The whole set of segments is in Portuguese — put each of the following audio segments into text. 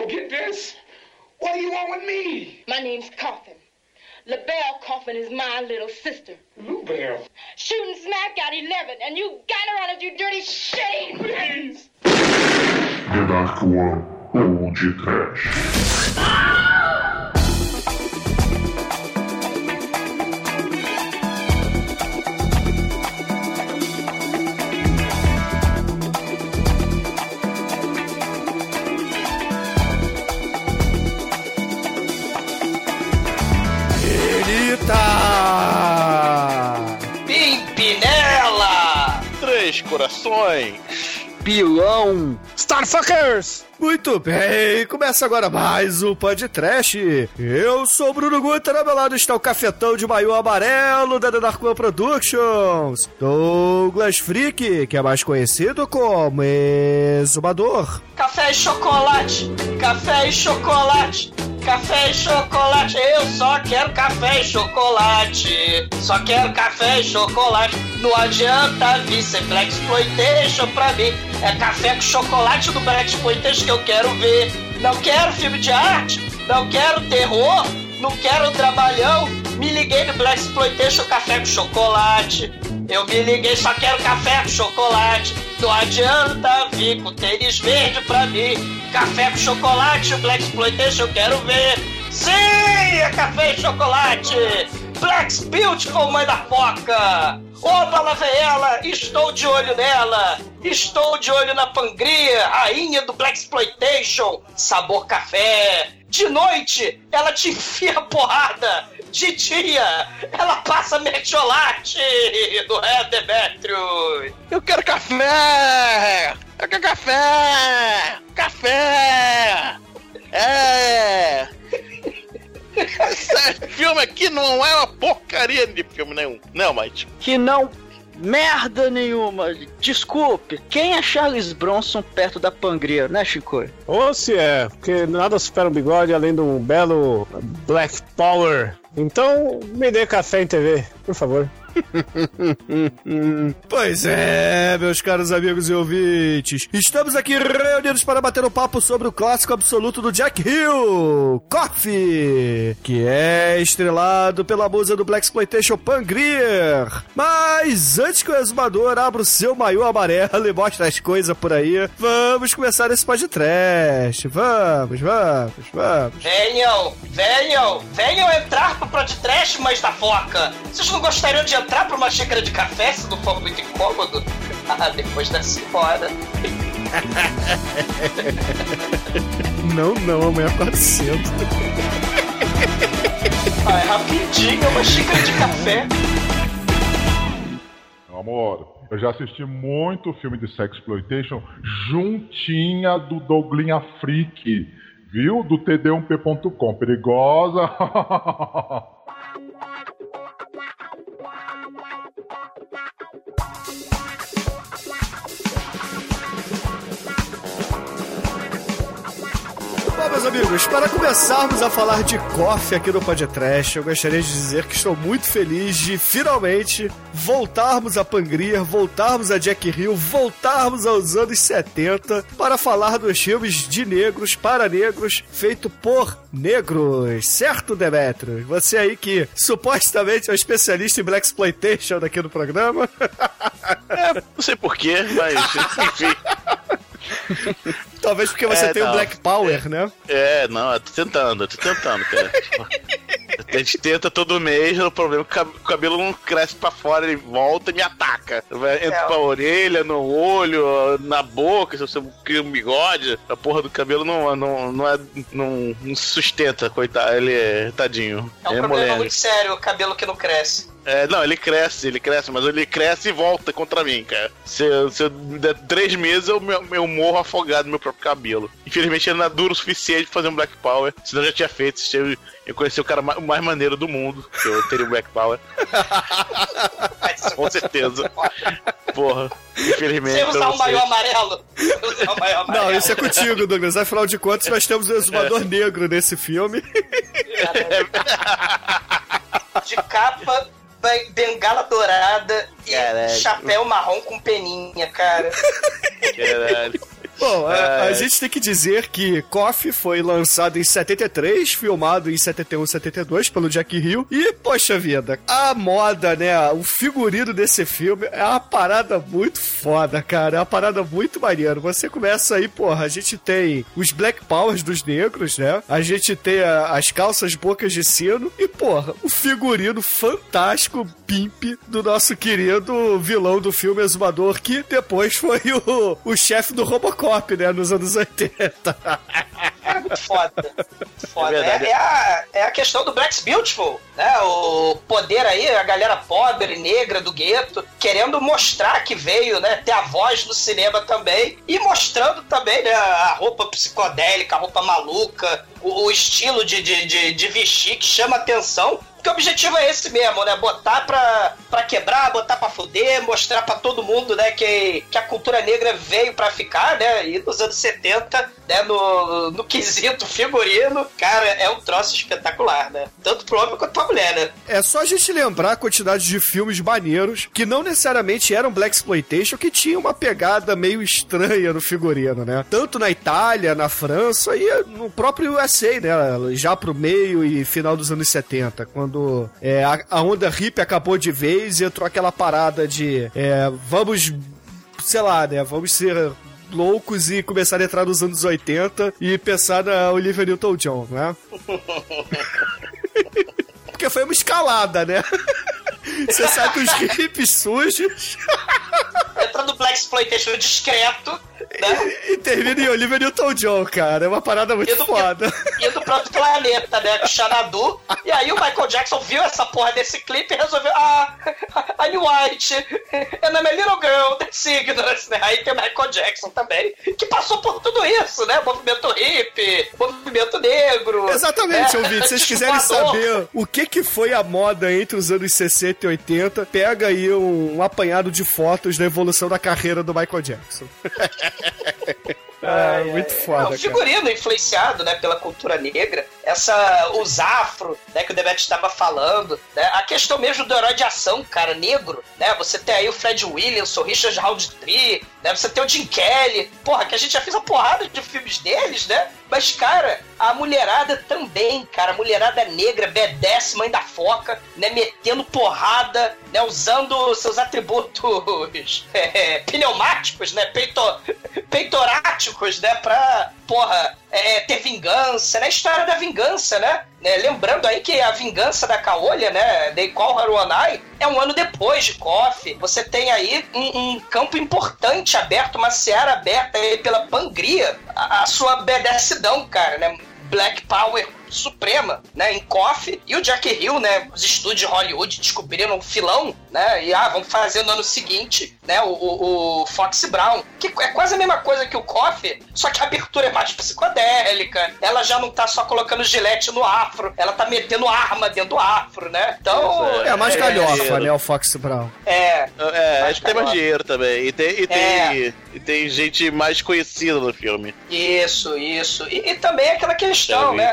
get this? What do you want with me? My name's Coffin. LaBelle Coffin is my little sister. LaBelle? Shooting smack at 11, and you got her on it, you dirty shame! Please! The Dark One ou de Trash. Pimpinela! Três corações. Pilão. Starfuckers! Muito bem, começa agora mais um podcast. Eu sou o Bruno Guter, ao meu lado está o cafetão de maiô amarelo da The Dark One Productions, Douglas Freak, que é mais conhecido como Exumador. Café e chocolate! Café e chocolate! Café e chocolate, eu só quero café e chocolate. Só quero café e chocolate. Não adianta vir ser Blaxploitation pra mim. É café com chocolate do Blaxploitation que eu quero ver. Não quero filme de arte, não quero terror, não quero trabalhão. Me liguei no Blaxploitation café com chocolate. Eu me liguei, só quero café com chocolate. Não adianta vir com tênis verde pra mim. Café com chocolate, Blaxploitation eu quero ver. Sim, é café e chocolate. Black Beautiful, mãe da foca. Opa, lá vem ela, estou de olho nela. Estou de olho na Pangria, rainha do Blaxploitation. Sabor café. De noite, ela te enfia a porrada. De dia, ela passa mertiolate. Não é, Demetrius? Eu quero café! Eu quero café! Café! É! Esse filme aqui não é uma porcaria de filme nenhum. Não, Mike. Que não... merda nenhuma. Desculpe, quem é Charles Bronson perto da Pangria, né, Chico? Ou se é, porque nada supera um bigode além de um belo Black Power. Então, me dê café em TV, por favor. Pois é, meus caros amigos e ouvintes, estamos aqui reunidos para bater um papo sobre o clássico absoluto do Jack Hill, Coffee, que é estrelado pela musa do Blaxploitation Pangria. Mas antes que o exumador abra o seu maiô amarelo e mostre as coisas por aí, vamos começar esse podcast. Vamos. Venham entrar pro podcast, mães da foca. Vocês não gostariam de entrar pra uma xícara de café se não for muito incômodo? Ah, depois dessa hora. Não, amanhã acontecendo. Ah, é rapidinho, uma xícara de café. Amor, eu já assisti muito filme de sexploitation juntinha do Douglinha Freak, viu? Do td1p.com. Perigosa. Bom, meus amigos, para começarmos a falar de Coffee aqui no podcast, eu gostaria de dizer que estou muito feliz de finalmente voltarmos a Pangria, voltarmos a Jack Hill, voltarmos aos anos 70 para falar dos filmes de negros para negros, feito por negros, certo, Demetrius? Você aí que supostamente é um especialista em Blaxploitation aqui no programa. Não sei porquê, mas enfim. Talvez porque você tem o Black Power, né? Eu tô tentando, cara. A gente tenta todo mês, o problema é que o cabelo não cresce pra fora, ele volta e me ataca. Entra pra orelha, no olho, na boca, se você cria um bigode, a porra do cabelo não se sustenta, coitado, ele é tadinho. É um problema muito sério, o cabelo que não cresce. Não, ele cresce, mas ele cresce e volta contra mim, cara. Se eu der 3 meses, eu morro afogado no meu próprio cabelo. Infelizmente, ele não é duro o suficiente pra fazer um Black Power, senão eu já tinha feito. Eu conheci o cara mais maneiro do mundo, que eu teria um Black Power. Com certeza. Porra, infelizmente. Você usar um maiô amarelo? Não, isso é contigo, Douglas. Afinal de contas, nós temos um exumador negro nesse filme. De capa, bengala dourada e chapéu marrom com peninha, cara. Caralho. Bom, a gente tem que dizer que KOF foi lançado em 73, filmado em 71 e 72 pelo Jack Hill. E, poxa vida, a moda, né? O figurino desse filme é uma parada muito foda, cara. É uma parada muito maneira. Você começa aí, porra, a gente tem os Black Powers dos negros, né? A gente tem as calças bocas de sino. E, porra, o figurino fantástico, pimp, do nosso querido vilão do filme Exumador, que depois foi o chefe do Robocop, né? Nos anos 80. É muito foda. Foda. É a questão do Black's Beautiful, né? O poder aí, a galera pobre e negra do gueto, querendo mostrar que veio, né? Ter a voz no cinema também. E mostrando também, né? A roupa psicodélica, a roupa maluca, o estilo de vestir que chama atenção. Porque o objetivo é esse mesmo, né? Botar pra quebrar, botar pra fuder, mostrar pra todo mundo, né? Que a cultura negra veio pra ficar, né? E nos anos 70, né? No quesito figurino, cara, é um troço espetacular, né? Tanto pro homem quanto pra mulher, né? É só a gente lembrar a quantidade de filmes maneiros que não necessariamente eram Blaxploitation, que tinha uma pegada meio estranha no figurino, né? Tanto na Itália, na França e no próprio USA, né? Já pro meio e final dos anos 70, quando a onda hippie acabou de vez e entrou aquela parada de vamos, sei lá, né? Vamos ser loucos e começar a entrar nos anos 80 e pensar na Olivia Newton-John, né? Porque foi uma escalada, né? Você sabe os hippies sujos. Entra no Blaxploitation discreto, né? E termina em Olivia Newton-John, cara. É uma parada muito foda. Indo pro outro planeta, né? Com Xanadu. E aí o Michael Jackson viu essa porra desse clipe e resolveu... I'm white. And I'm a little girl. That's ignorance, né? Aí tem o Michael Jackson também, que passou por tudo isso, né? Movimento hippie, movimento negro. Exatamente, ouvinte. Se vocês quiserem saber o que foi a moda entre os anos 60 e 80, pega aí um apanhado de fotos da evolução da carreira do Michael Jackson. Muito foda, o figurino cara. Influenciado, né, pela cultura negra, os afro, né, que o Demet estava falando, né, a questão mesmo do herói de ação, cara, negro, né, você tem aí o Fred Williamson, o Richard Roundtree, né, você tem o Jim Kelly, porra, que a gente já fez uma porrada de filmes deles, né, mas, cara, a mulherada também, cara, a mulherada negra, B10, mãe da foca, né, metendo porrada, né, usando seus atributos pneumáticos, né, peitoráticos, né, pra, porra, ter vingança, né, história da vingança, né, lembrando aí que a vingança da Caolha, né, They Call Her One Eye, é um ano depois de KOF. Você tem aí um campo importante aberto, uma seara aberta aí pela Pangria, a sua bedecidão, cara, né, Black Power suprema, né, em KOF, e o Jack Hill, né, os estúdios de Hollywood descobriram um filão, né, e vamos fazer no ano seguinte, né, o Foxy Brown, que é quase a mesma coisa que o KOF, só que a abertura é mais psicodélica, ela já não tá só colocando gilete no afro, ela tá metendo arma dentro do afro, né, então... É mais galhofa, né, o Foxy Brown. Acho que tem mais dinheiro também, e tem gente mais conhecida no filme. Isso, e também aquela questão, né,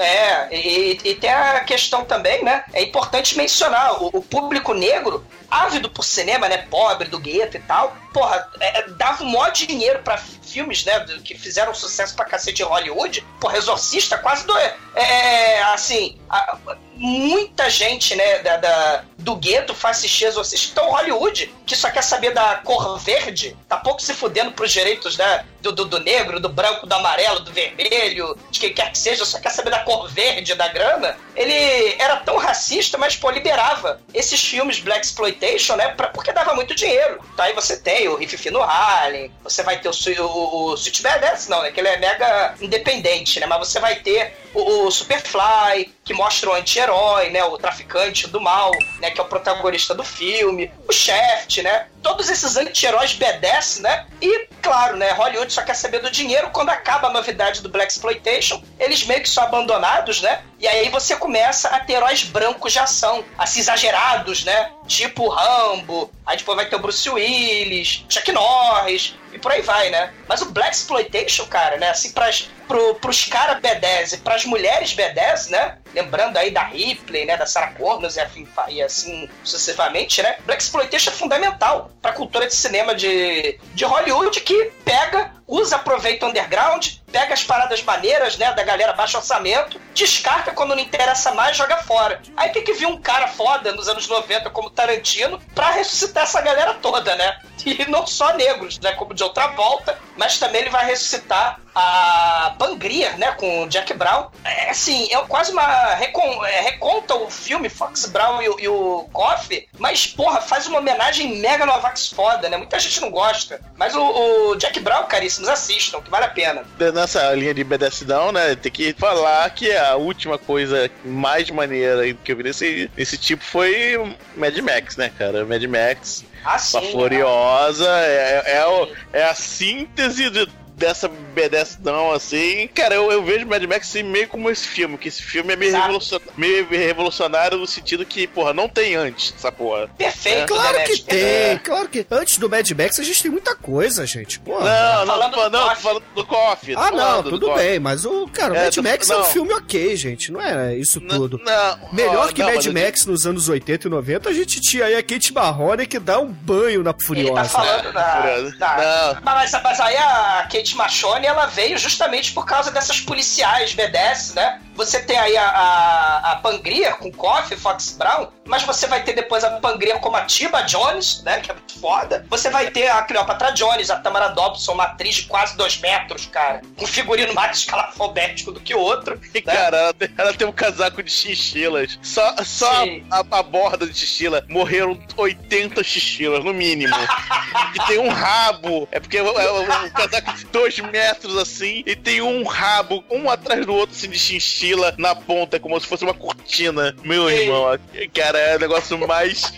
e tem a questão também, né? É importante mencionar o público negro, ávido por cinema, né? Pobre, do gueto e tal. Porra, dava um maior dinheiro pra filmes, né? Que fizeram sucesso pra cacete em Hollywood. Porra, Exorcista quase assim... muita gente, né, do gueto faz assistir Exorcista. Então Hollywood, que só quer saber da cor verde, tá pouco se fudendo pros direitos, né, do negro, do branco, do amarelo, do vermelho, de quem quer que seja, só quer saber da cor verde da grana. Ele era tão racista, mas, pô, liberava esses filmes Blaxploitation, né, porque dava muito dinheiro. Então aí você tem o Riff no Harlem, você vai ter o Sweet Badass, não, né, que ele é mega independente, né, mas você vai ter o Superfly, que mostra o anti-herói, né, o traficante do mal, né, que é o protagonista do filme, o Shaft, né, todos esses anti-heróis B10, né, e, claro, né, Hollywood só quer saber do dinheiro. Quando acaba a novidade do Blaxploitation, eles meio que são abandonados, né, e aí você começa a ter heróis brancos de ação, assim, exagerados, né, tipo Rambo, aí depois vai ter o Bruce Willis, Chuck Norris, e por aí vai, né, mas o Blaxploitation, cara, né, assim, pros caras B10 e pras mulheres B10, né, lembrando aí da Ripley, né, da Sarah Connor e assim sucessivamente, né? Blaxploitation é fundamental pra cultura de cinema de Hollywood, que aproveita o underground, pega as paradas maneiras, né, da galera baixo orçamento, descarta quando não interessa mais, joga fora. Aí tem que vir um cara foda nos anos 90 como Tarantino pra ressuscitar essa galera toda, né? E não só negros, né, como John Travolta, mas também ele vai ressuscitar a Pangria, né, com o Jack Brown. É assim, é quase uma reconta o filme Fox Brown e o Coffey, mas, porra, faz uma homenagem mega no Avax foda, né? Muita gente não gosta, mas o Jack Brown, caríssimos, assistam, que vale a pena. Nessa linha de BDSM, né, tem que falar que a última coisa mais maneira que eu vi nesse tipo foi Mad Max, né, cara? Mad Max, sim, a Furiosa, é a síntese dessa BDS não, assim. Cara, eu vejo Mad Max assim, meio como esse filme, que esse filme é meio revolucionário no sentido que, porra, não tem antes essa porra. Perfeito, Claro que tem, claro que antes do Mad Max a gente tem muita coisa, gente. Porra. Não, tô falando do Coffey. Tudo bem, mas o Mad Max é um filme ok, gente, não é isso tudo. Melhor que Mad Max nos anos 80 e 90, a gente tinha aí a Kate Mahoney que dá um banho na Furiosa. Ele tá falando mas aí a Kate Machone, ela veio justamente por causa dessas policiais BDS, né? Você tem aí a Pangria com Coffey, Fox Brown, mas você vai ter depois a Pangria como a Tiba Jones, né? Que é muito foda. Você vai ter a Cleopatra Jones, a Tamara Dobson, uma atriz de quase 2 metros, cara. Com figurino mais escalafobético do que o outro. E, né? Cara, ela tem um casaco de chinchilas. Só a borda de chinchila morreram 80 chinchilas, no mínimo. E tem um rabo. É porque o casaco de 2 metros assim, e tem um rabo, um atrás do outro, assim, de chinchila na ponta, como se fosse uma cortina. Meu irmão, cara, é o negócio mais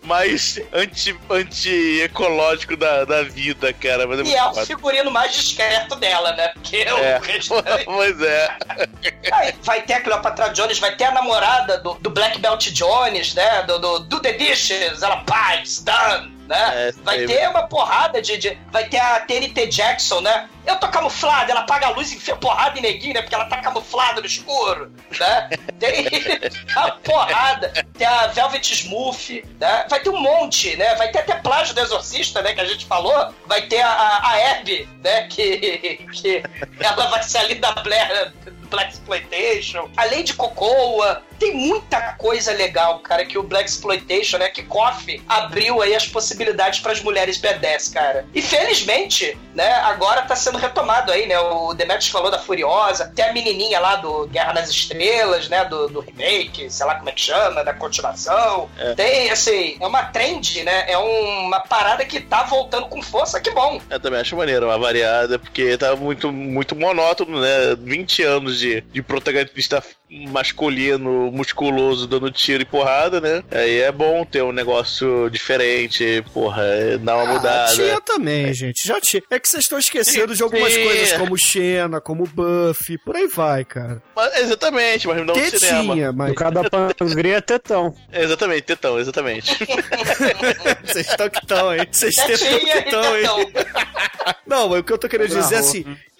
anti-ecológico da vida, cara. Mas é o figurino mais discreto dela, né? Porque o restante... Pois é. Aí vai ter a Cleopatra Jones, vai ter a namorada do Black Belt Jones, né? Do The Dishes, ela Pipes, Done, né? Vai ter uma porrada vai ter a TNT Jackson, né? Eu tô camuflada, ela apaga a luz e enfia porrada em neguinho, né? Porque ela tá camuflada no escuro, né? Tem a porrada, tem a Velvet Smooth, né? Vai ter um monte, né? Vai ter até Plágio do Exorcista, né? Que a gente falou. Vai ter a Abby, né? Que ela vai ser a Linda Blair do Blaxploitation. A Lady Cocoa. Tem muita coisa legal, cara, que o Blaxploitation, né? Que Coffey abriu aí as possibilidades para as mulheres B10, cara. E felizmente, né? Agora tá sendo retomado aí, né? O Demetrius falou da Furiosa. Tem a menininha lá do Guerra nas Estrelas, né? Do remake, sei lá como é que chama, da continuação. Tem, assim, é uma trend, né? É uma parada que tá voltando com força, que bom. Eu também acho maneiro, uma variada, porque tá muito, muito monótono, né? 20 anos de protagonista masculino, musculoso, dando tiro e porrada, né? Aí é bom ter um negócio diferente, porra, dar uma mudada. Tinha também, gente, já tinha. É que vocês estão esquecendo de algumas coisas como Xena, como Buffy, por aí vai, cara. Exatamente, mas não no cinema. Mas... No caso da Pangria é tetão. Exatamente, tetão, exatamente. Vocês estão que estão, hein? Vocês estão, hein? Não, mas o que eu tô querendo dizer é assim...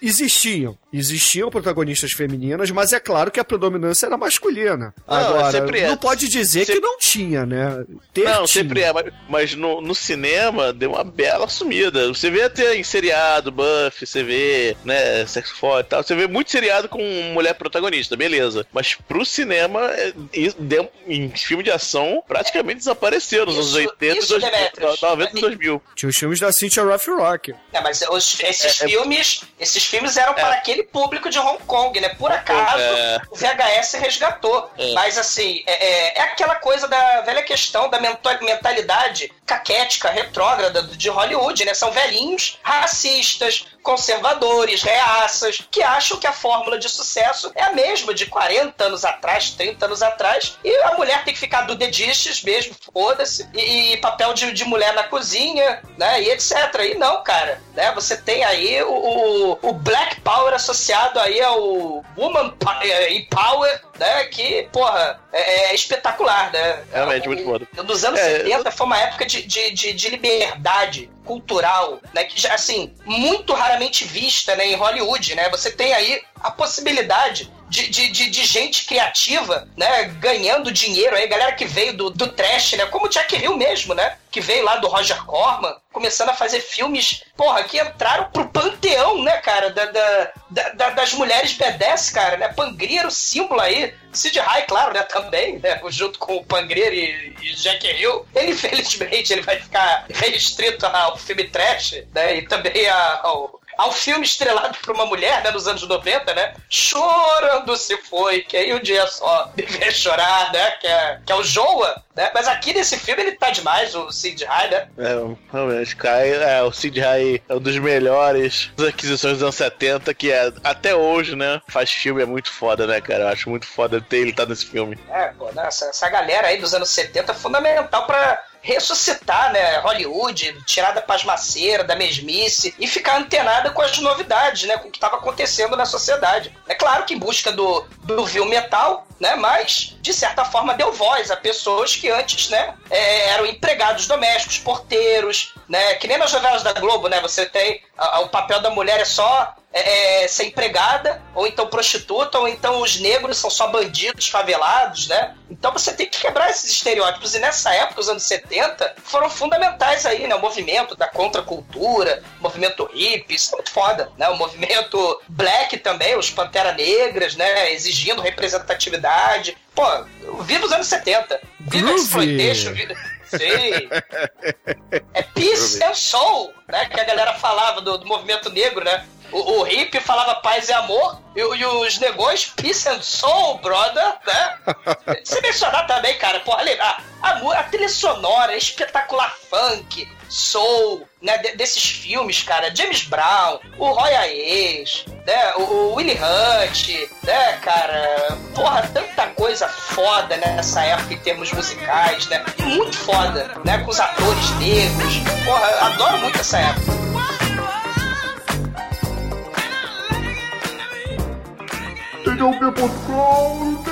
Existiam protagonistas femininas, mas é claro que a predominância era masculina. Agora, não pode dizer que não tinha, né? Não, sempre é, mas no cinema deu uma bela sumida. Você vê até em seriado, Buffy, você vê, né, Sexo Forte e tal, você vê muito seriado com mulher protagonista, beleza. Mas pro cinema, em filme de ação, praticamente desapareceram nos anos 80 e 90 e 2000. Tinha os filmes da Cynthia Rothrock. Mas esses filmes eram para aquele público de Hong Kong, né? Por acaso, o VHS resgatou. Mas, assim, é aquela coisa da velha questão da mentalidade caquética, retrógrada de Hollywood, né? São velhinhos racistas, conservadores, reaças, que acham que a fórmula de sucesso é a mesma de 40 anos atrás, 30 anos atrás, e a mulher tem que ficar do The Dishes mesmo, foda-se, e papel de mulher na cozinha, né? E etc. E não, cara, né? Você tem aí o Black Power associado aí ao Woman Power, né? Que, porra, é espetacular, né? Realmente, muito foda. Nos anos 70 foi uma época de liberdade cultural, né? Que já, assim, muito raramente vista, né, em Hollywood, né? Você tem aí a possibilidade de gente criativa, né? Ganhando dinheiro aí, galera que veio do trash, né? Como o Jack Hill mesmo, né? Que veio lá do Roger Corman, começando a fazer filmes, porra, que entraram pro panteão, né, cara? Das mulheres B10, cara, né? Pangria era o símbolo aí. Sid Haig, claro, né? Também, né? Junto com o Pangria e Jack Hill. Ele, infelizmente, ele vai ficar restrito ao filme trash, né? E também ao filme estrelado por uma mulher, né, nos anos 90, né? Chorando se foi, que aí um dia só me vê chorar, né? Que é o Joa, né? Mas aqui nesse filme ele tá demais, o Sid Haig, né? Realmente, cara, o Sid Haig é um dos melhores das aquisições dos anos 70, que até hoje, né? Faz filme, é muito foda, né, cara? Eu acho muito foda ter ele tá nesse filme. Pô, né, essa galera aí dos anos 70 é fundamental pra ressuscitar, né, Hollywood, tirar da pasmaceira, da mesmice e ficar antenada com as novidades, né, com o que estava acontecendo na sociedade. É claro que em busca do vil metal, né, mas de certa forma deu voz a pessoas que antes, né, eram empregados domésticos, porteiros, né, que nem nas novelas da Globo, né, você tem o papel da mulher é só ser empregada, ou então prostituta, ou então os negros são só bandidos favelados, né? Então você tem que quebrar esses estereótipos. E nessa época, os anos 70, foram fundamentais aí, né? O movimento da contracultura, o movimento hippie, isso é muito foda, né? O movimento black também, os Pantera Negras, né? Exigindo representatividade. Pô, viva os anos 70. Viva a exploitation, Sim. É peace and soul, né? Que a galera falava do movimento negro, né? O hippie falava paz e amor, e os negões, peace and soul, brother, né? Você mencionar também, cara, porra, a trilha sonora, espetacular funk, soul, né, desses filmes, cara, James Brown, o Roy Ayers, né, o Willie Hunt, né, cara, porra, tanta coisa foda nessa época em termos musicais, né, e muito foda, né, com os atores negros, porra, adoro muito essa época. TDUP.com.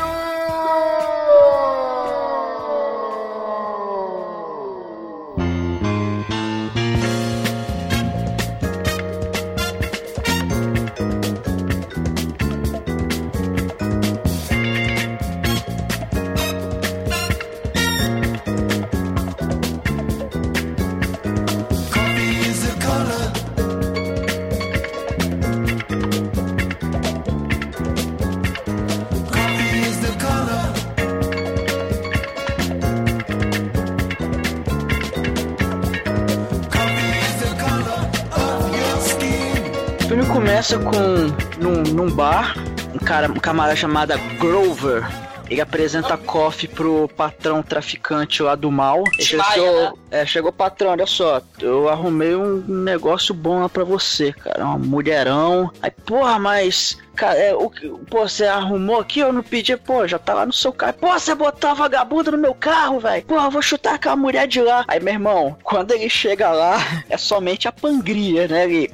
O filme começa num bar, um camarada chamado Grover. Ele apresenta coffee pro patrão traficante lá do mal. Ele chegou, patrão, olha só, eu arrumei um negócio bom lá pra você, cara, uma mulherão. Aí, porra, mas, cara, você arrumou aqui, eu não pedi, pô, já tá lá no seu carro. Pô, você botou a vagabunda no meu carro, velho. Pô, eu vou chutar aquela mulher de lá. Aí, meu irmão, quando ele chega lá, é somente a Pangria, né? Ele,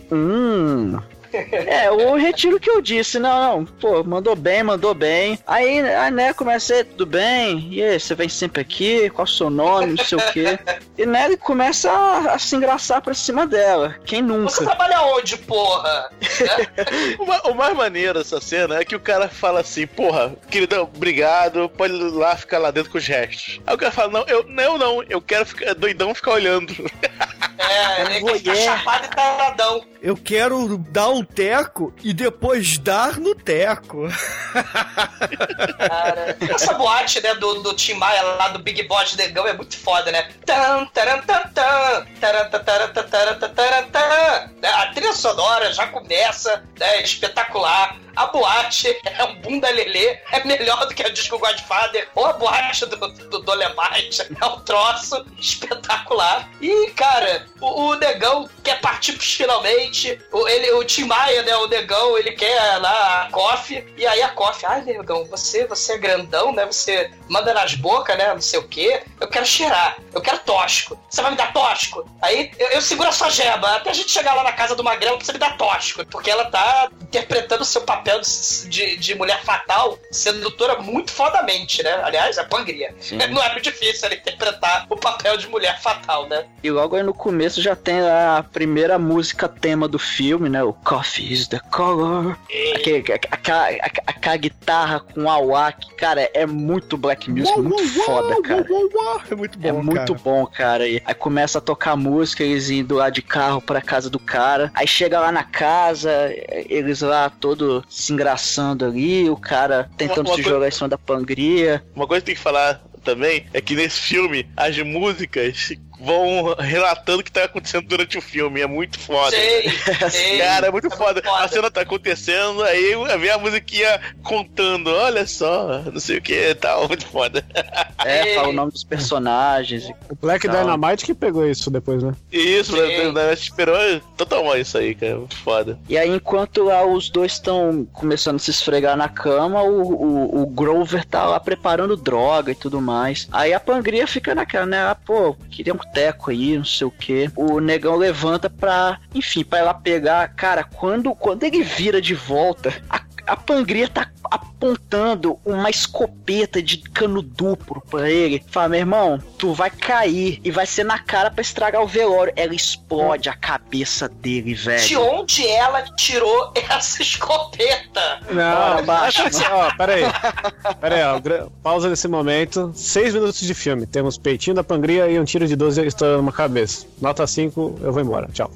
eu retiro o que eu disse. Não, pô, mandou bem. Aí, né, comecei, tudo bem? E aí, você vem sempre aqui? Qual o seu nome? Não sei o quê. E, né, ele começa a se engraçar pra cima dela. Quem nunca? Você trabalha onde, porra? O mais maneiro dessa cena é que o cara fala assim, porra, queridão, obrigado, pode ir lá ficar lá dentro com os restos. Aí o cara fala, não, eu quero ficar doidão, ficar olhando. Ele quer ficar chapado e taradão. Eu quero dar um teco e depois dar no teco. Cara, essa boate, né, do Tim Maia lá do Big Boss Negão é muito foda, né? A trilha sonora já começa, né, espetacular. A boate é um bunda lelê, é melhor do que a Disco Godfather ou a boate do Dolemite. É um troço espetacular. E, cara, o Negão quer partir pros finalmente. O Tim Maia, né, o Negão, ele quer lá a Coffee. E aí a Coffee, ai, Negão, você é grandão, né? Você manda nas bocas, né? Não sei o quê. Eu quero cheirar, eu quero tóxico. Você vai me dar tóxico? Aí eu seguro a sua jeba até a gente chegar lá na casa do Magrelo que você me dá tóxico. Porque ela tá interpretando o seu papel de mulher fatal, sedutora muito fodamente, né? Aliás, a Pangria. Não é muito difícil ela interpretar o papel de mulher fatal, né? E logo aí no começo já tem a primeira música tema do filme, né? O Coffee is the Color. a guitarra com auá, que, cara, é muito black music, muito foda, cara. É muito bom, É muito bom, cara. E aí começa a tocar música, eles indo lá de carro pra casa do cara. Aí chega lá na casa, eles lá todo se engraçando ali, o cara tentando se jogar em cima da pangria. Uma coisa que tem que falar também é que nesse filme as músicas vão relatando o que tá acontecendo durante o filme. É muito foda. Sei. Cara, é muito foda. A cena tá acontecendo, aí vem a musiquinha contando, olha só, não sei o que e tal. Muito foda. Fala o nome dos personagens. O Black Dynamite que pegou isso depois, né? Isso, o Dynamite esperou totalmente isso aí, cara. Muito foda. E aí, enquanto lá os dois estão começando a se esfregar na cama, o Grover tá lá preparando droga e tudo mais. Aí a Pangria fica naquela, né? Pô, queria um teco aí, não sei o que. O negão levanta pra ir lá pegar. Cara, quando ele vira de volta, a Pangria tá apontando uma escopeta de cano duplo pra ele. Fala, meu irmão, tu vai cair e vai ser na cara pra estragar o velório. Ela explode a cabeça dele, velho. De onde ela tirou essa escopeta? Não, baixa. Peraí, pausa nesse momento. 6 minutos de filme. Temos peitinho da Pangria e um tiro de 12 estourando uma cabeça. Nota 5, eu vou embora. Tchau.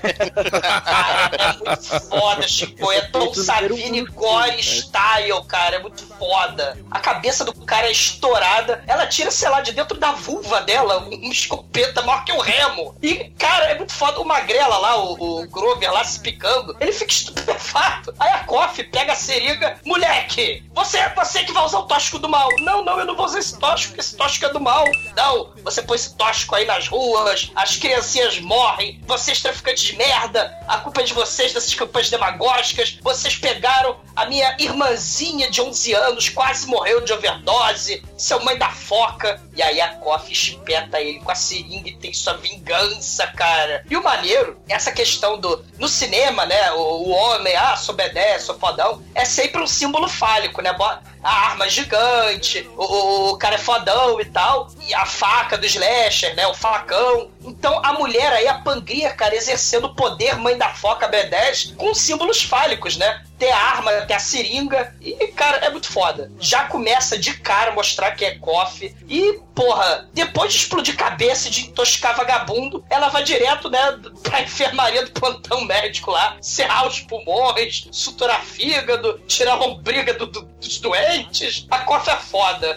É muito foda, Chico. É Tom Savini Gore Style, cara. É muito foda. A cabeça do cara é estourada. Ela tira, sei lá, de dentro da vulva dela uma escopeta maior que o remo. E, cara, é muito foda. O Magrela lá, o Grover lá se picando, ele fica estupefato. Aí a Coffee pega a seringa. Moleque, você que vai usar o tóxico do mal. Não, eu não vou usar esse tóxico, esse tóxico é do mal. Não, você põe esse tóxico aí nas ruas, as criancinhas morrem, vocês traficantes de merda, a culpa é de vocês, dessas campanhas demagógicas, vocês pegaram a minha irmãzinha de 11 anos, quase morreu de overdose, seu mãe da foca. E aí a Coffee espeta ele com a seringa e tem sua vingança, cara. E o maneiro, essa questão do... No cinema, né, o homem, sou B10, sou fodão, é sempre um símbolo fálico, né? A arma gigante, o cara é fodão e tal, e a faca do slasher, né, o facão. Então a mulher aí, a Pangria, cara, exercendo o poder mãe da foca B10 com símbolos fálicos, né? Tem a arma, tem a seringa, e, cara, é muito foda. Já começa de cara mostrar que é Coffee, e, porra, depois de explodir cabeça e de intoxicar vagabundo, ela vai direto, né, pra enfermaria do plantão médico lá, serrar os pulmões, suturar fígado, tirar a lombriga dos doentes. A Coffee é foda.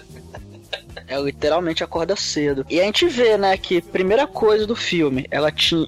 Ela literalmente acorda cedo. E a gente vê, né, que primeira coisa do filme, ela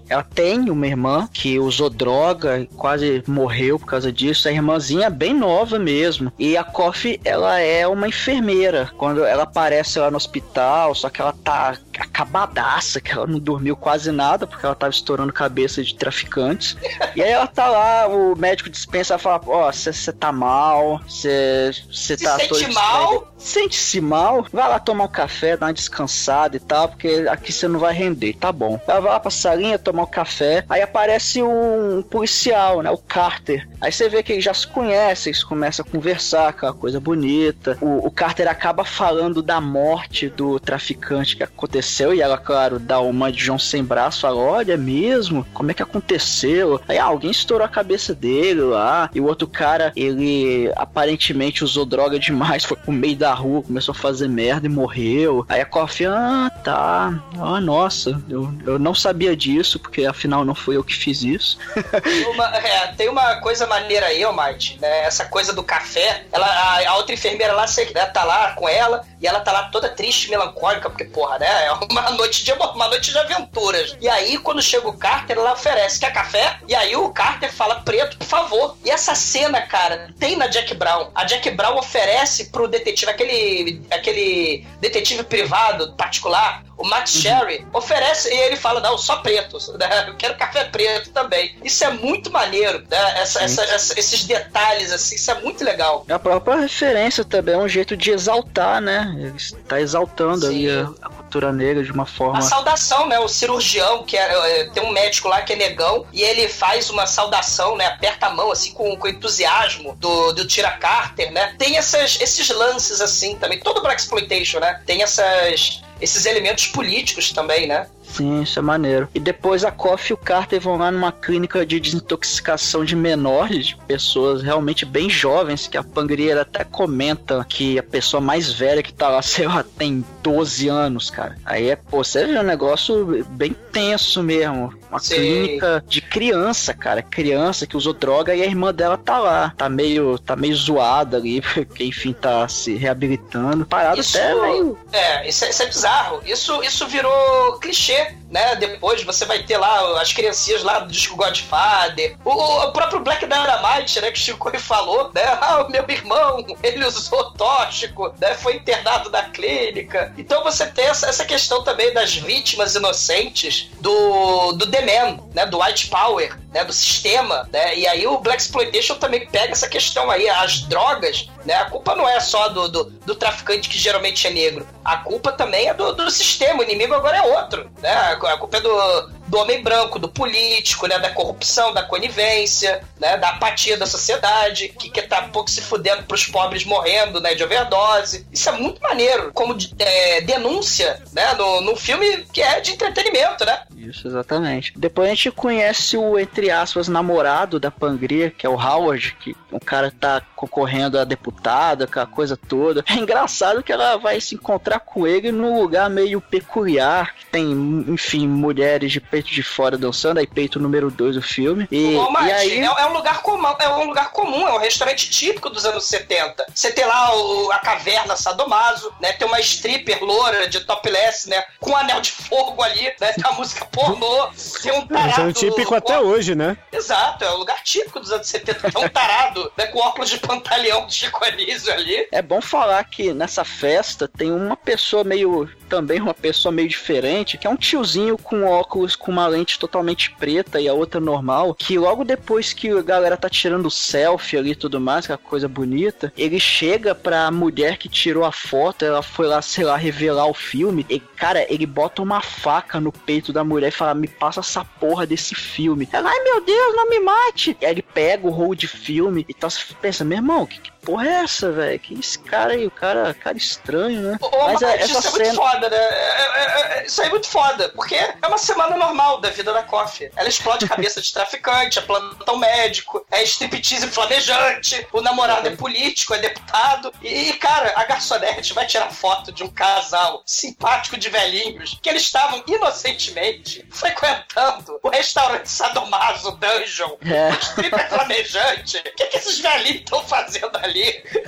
tem uma irmã que usou droga e quase morreu por causa disso. A irmãzinha é bem nova mesmo. E a Coffee, ela é uma enfermeira. Quando ela aparece lá no hospital, só que ela tá acabadaça, que ela não dormiu quase nada, porque ela tava estourando cabeça de traficantes. E aí ela tá lá, o médico dispensa e fala, você tá mal, você tá... Se sente mal? Sente-se mal, vai lá tomar um café, dar uma descansada e tal, porque aqui você não vai render, tá bom. Ela vai lá pra salinha tomar um café, aí aparece um policial, né, o Carter. Aí você vê que eles já se conhecem, eles começam a conversar, aquela coisa bonita. O Carter acaba falando da morte do traficante que aconteceu, e ela, claro, dá uma de João sem braço, fala, olha, é mesmo? Como é que aconteceu? Aí alguém estourou a cabeça dele lá, e o outro cara, ele aparentemente usou droga demais, foi pro meio da rua, começou a fazer merda e morreu. Aí a Coffee, tá. Nossa, eu não sabia disso, porque afinal não fui eu que fiz isso. Tem uma coisa maneira aí, Almighty, né? Essa coisa do café. A outra enfermeira lá, tá lá com ela, e ela tá lá toda triste, melancólica, porque, porra, né? É uma noite de aventuras. E aí, quando chega o Carter, ela oferece, quer café? E aí o Carter fala, preto, por favor. E essa cena, cara, tem na Jack Brown. A Jack Brown oferece pro detetive, aquele detetive privado, particular, o Matt Sherry, oferece, e ele fala, não, só preto, né? Eu quero café preto também. Isso é muito maneiro, né? Esses detalhes, assim, isso é muito legal. A própria referência também é um jeito de exaltar, né? Ele está exaltando aí a cultura negra de uma forma... A saudação, né? O cirurgião, que tem um médico lá que é negão, e ele faz uma saudação, né? Aperta a mão, assim, com entusiasmo do Tira Carter, né? Tem esses lances, assim, também. Todo Blaxploitation, né? Tem esses elementos políticos também, né? Sim, isso é maneiro. E depois a Coffee e o Carter vão lá numa clínica de desintoxicação de menores, de pessoas realmente bem jovens, que a Pangrieira até comenta que a pessoa mais velha que tá lá, sei lá, tem 12 anos, cara. Aí você vê um negócio bem tenso mesmo. Uma clínica de criança, cara. Criança que usou droga e a irmã dela tá lá. Tá meio zoada ali, porque enfim, tá se reabilitando. Parado até meio... Isso é bizarro. Isso virou clichê, né? Depois você vai ter lá as criancinhas lá do disco Godfather. O próprio Black Dynamite, né? Que o Chico falou, né? O meu irmão, ele usou tóxico, né? Foi internado na clínica. Então você tem essa questão também das vítimas inocentes do The Man, né? Do White Power, né? Do sistema, né? E aí o Blaxploitation também pega essa questão aí, as drogas, né? A culpa não é só do traficante que geralmente é negro. A culpa também é do sistema. O inimigo agora é outro, né? A culpa é do homem branco, do político, né? Da corrupção, da conivência, né? Da apatia da sociedade, que tá pouco se fudendo pros pobres morrendo, né? De overdose. Isso é muito maneiro, como denúncia, né? No filme que é de entretenimento, né? Isso, exatamente. Depois a gente conhece o, entre aspas, namorado da Pangria, que é o Howard, que o cara tá concorrendo a deputado, aquela coisa toda. É engraçado que ela vai se encontrar com ele num lugar meio peculiar, que tem, enfim, mulheres de peito de fora dançando, aí peito número 2 do filme. E aí... é um lugar comum, é um restaurante típico dos anos 70. Você tem lá a caverna Sadomaso, né? Tem uma stripper loura de topless, né? Com um anel de fogo ali, né? Tem a música pornô, tem um tarado... Isso é um típico até hoje, né? Exato, é um lugar típico dos anos 70. Tem um tarado, né? Com óculos de pantaleão de Chico Anísio ali. É bom falar que nessa festa tem uma pessoa meio diferente, que é um tiozinho com óculos com uma lente totalmente preta e a outra normal, que logo depois que a galera tá tirando selfie ali e tudo mais, aquela coisa bonita, ele chega pra mulher que tirou a foto, ela foi lá, sei lá, revelar o filme, e, cara, ele bota uma faca no peito da mulher e fala, me passa essa porra desse filme. Ela, ai meu Deus, não me mate! E aí ele pega o rolo de filme e tá, pensa, meu irmão, que porra é essa, velho? Que esse cara aí, o cara estranho, né? Mas essa cena... muito foda, né? Isso aí é muito foda, porque é uma semana normal da vida da Coffee. Ela explode cabeça de traficante, é plantão médico, é striptease flamejante, o namorado é político, é deputado, e, cara, a garçonete vai tirar foto de um casal simpático de velhinhos que eles estavam inocentemente frequentando o restaurante Sadomaso Dungeon, o stripper flamejante. O que esses velhinhos estão fazendo ali?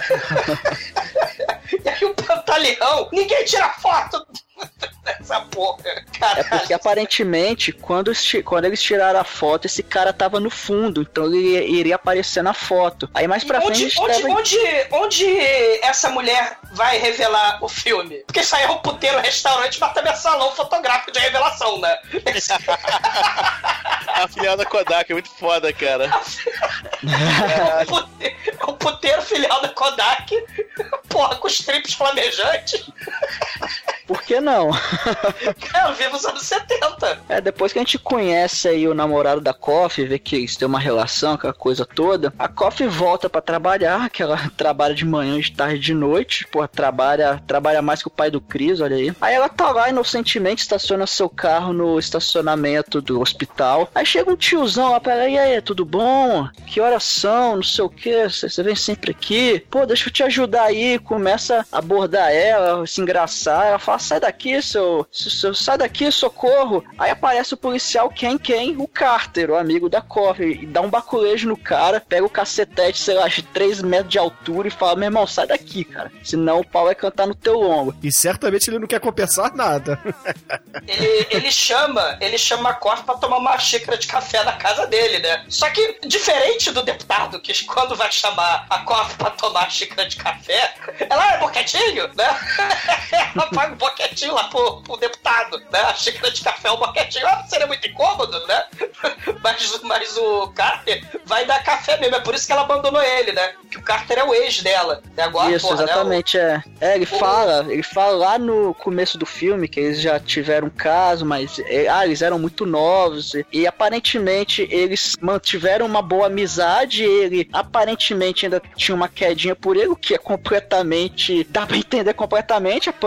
E aí o pantaleão, ninguém tira foto dessa porra, caralho. É porque aparentemente quando eles tiraram a foto, esse cara tava no fundo, então ele iria aparecer na foto. Aí mais pra frente onde essa mulher vai revelar o filme? Porque isso aí é um puteiro restaurante, mas também é salão fotográfico de revelação, né? A filial da Kodak é muito foda, cara. É um puteiro filial da Kodak, porra, com os tripes flamejantes. Por que não? Cara, eu vivo nos anos 70. Depois que a gente conhece aí o namorado da Coffee, vê que eles têm uma relação, aquela coisa toda, a Coffee volta pra trabalhar, que ela trabalha de manhã, de tarde, de noite, pô, trabalha mais que o pai do Chris, olha aí. Aí ela tá lá inocentemente, estaciona seu carro no estacionamento do hospital, aí chega um tiozão lá pra ela, e aí, tudo bom? Que horas são? Não sei o que, você vem sempre aqui? Pô, deixa eu te ajudar aí, começa a abordar ela, se engraçar, ela fala, sai daqui, sai daqui, socorro. Aí aparece o policial quem? O Carter, o amigo da Coffee, e dá um baculejo no cara, pega o cacetete, sei lá, de 3 metros de altura e fala, meu irmão, sai daqui, cara, senão o pau vai cantar no teu ombro. E certamente ele não quer compensar nada. Ele chama a Coffee pra tomar uma xícara de café na casa dele, né? Só que, diferente do deputado, que quando vai chamar a Coffee pra tomar a xícara de café, ela é boquetinho, né? Ela paga um boquetinho lá pro deputado, né? A xícara de café, um boquetinho, seria muito incômodo, né? Mas o Carter vai dar café mesmo, é por isso que ela abandonou ele, né? Que o Carter é o ex dela. E agora, isso, porra, exatamente, né? Ele fala lá no começo do filme que eles já tiveram um caso, mas eles eram muito novos e aparentemente eles mantiveram uma boa amizade, ele aparentemente ainda tinha uma quedinha por ele, o que é completamente, dá pra entender completamente, a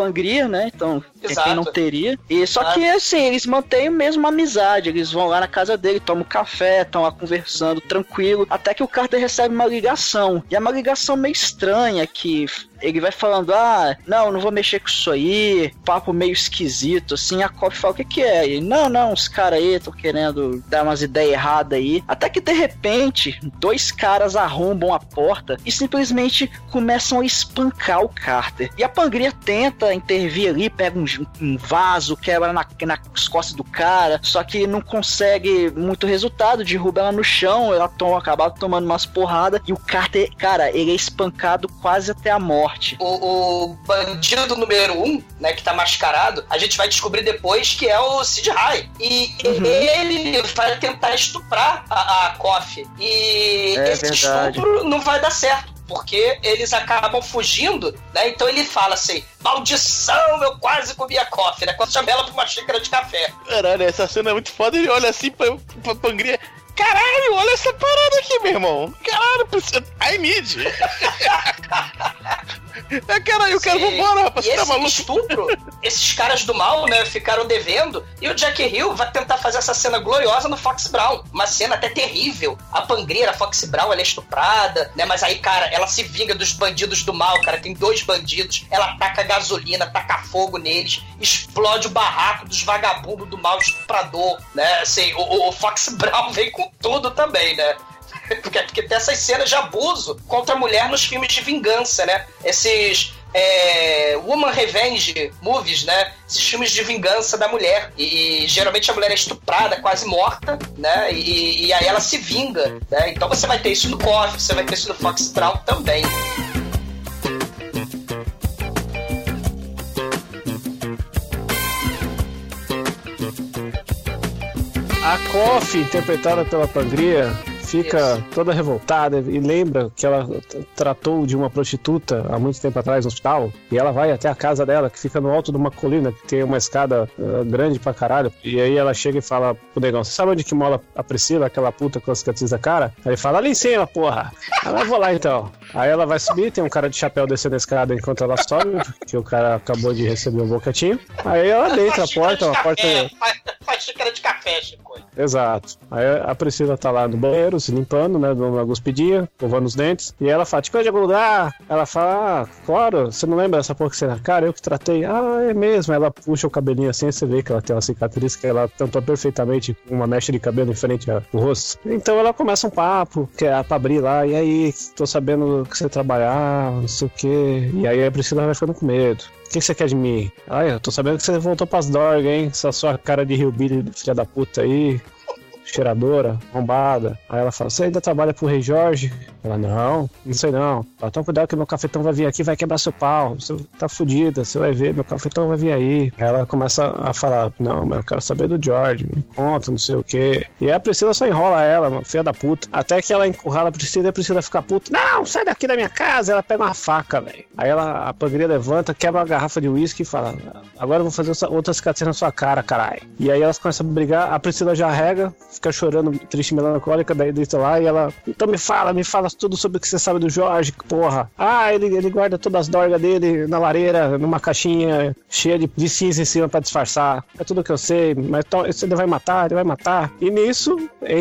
Pangria, né? Então, Exato. quem não teria. E só que, assim, eles mantêm mesmo a amizade. Eles vão lá na casa dele, tomam café, estão lá conversando, tranquilo. Até que o Carter recebe uma ligação. E é uma ligação meio estranha, que ele vai falando, não vou mexer com isso aí, papo meio esquisito, assim. A Coffee fala, o que é? E, não, os caras aí estão querendo dar umas ideias erradas aí. Até que, de repente, 2 caras arrombam a porta e simplesmente começam a espancar o Carter. E a Pangria tenta intervir ali, pega um vaso, quebra nas costas do cara, só que não consegue muito resultado, derruba ela no chão, ela acaba tomando umas porradas, e o Carter, cara, ele é espancado quase até a morte. O bandido número 1, né, que tá mascarado, a gente vai descobrir depois que é o Sid Haig. E ele vai tentar estuprar a Coffee. E esse estupro não vai dar certo, porque eles acabam fugindo, né? Então ele fala assim, maldição, eu quase comi a Coffee, né? Quando chama ela pra uma xícara de café. Caralho, essa cena é muito foda, ele olha assim pra Pangria. Caralho, olha essa parada aqui, meu irmão. Caralho, I need. Caralho, eu quero vambora, rapaz. Você tá maluco? Estupro, esses caras do mal, né, ficaram devendo. E o Jack Hill vai tentar fazer essa cena gloriosa no Fox Brown. Uma cena até terrível. A Pangria, a Fox Brown, ela é estuprada, né? Mas aí, cara, ela se vinga dos bandidos do mal, cara. Tem 2 bandidos. Ela taca gasolina, taca fogo neles, explode o barraco dos vagabundos do mal estuprador, né? Assim, o Fox Brown vem com tudo também, né? Porque tem essas cenas de abuso contra a mulher nos filmes de vingança, né? Esses woman revenge movies, né? Esses filmes de vingança da mulher. E geralmente a mulher é estuprada, quase morta, né? E aí ela se vinga, né? Então você vai ter isso no Coffee, você vai ter isso no Fox Brown também. A Coffee, interpretada pela Pangria, fica toda revoltada e lembra que ela tratou de uma prostituta há muito tempo atrás no hospital, e ela vai até a casa dela, que fica no alto de uma colina, que tem uma escada grande pra caralho, e aí ela chega e fala pro negão, você sabe onde que mola a Priscila, aquela puta com a cicatriz da cara? Aí ele fala, ali em cima, porra. Ela, vou lá então. Aí ela vai subir, tem um cara de chapéu descendo a escada enquanto ela sobe, que o cara acabou de receber um bocatinho. Aí ela deita a porta, uma porta... Faz xícara de café, Chico. Exato. Aí a Priscila tá lá no banheiro, se limpando, né, dando uma guspidinha, escovando os dentes, e ela fala, te conhece de algum lugar? Ela fala, claro, você não lembra dessa porra que você... Cara, eu que tratei. É mesmo. Ela puxa o cabelinho assim, você vê que ela tem uma cicatriz que ela tampou perfeitamente com uma mecha de cabelo em frente ao rosto. Então ela começa um papo, que é pra abrir lá, e aí, tô sabendo que você trabalhava, não sei o quê. E aí a Priscila vai ficando com medo. O que você quer de mim? Eu tô sabendo que você voltou pras dorgas, hein? Essa sua cara de hillbilly, filha da puta aí, cheiradora, arrombada. Aí ela fala, você ainda trabalha pro Rei Jorge? Ela, não sei não. Ela, toma cuidado que meu cafetão vai vir aqui, vai quebrar seu pau. Você tá fudida, você vai ver, meu cafetão vai vir aí. Aí ela começa a falar, não, mas eu quero saber do George, me conta, não sei o quê. E aí a Priscila só enrola ela, mano, filha da puta. Até que ela encurrala a Priscila e a Priscila fica puta. Não, sai daqui da minha casa. Ela pega uma faca, velho. Aí a Pangria levanta, quebra uma garrafa de uísque e fala, agora eu vou fazer outra cicatriz na sua cara, caralho. E aí elas começam a brigar, a Priscila já rega, fica chorando, triste, melancólica, daí deita lá e ela, então me fala tudo sobre o que você sabe do Jorge, porra. Ele guarda todas as dorgas dele na lareira, numa caixinha cheia de cinza em cima pra disfarçar. É tudo que eu sei, mas ele vai matar. E nisso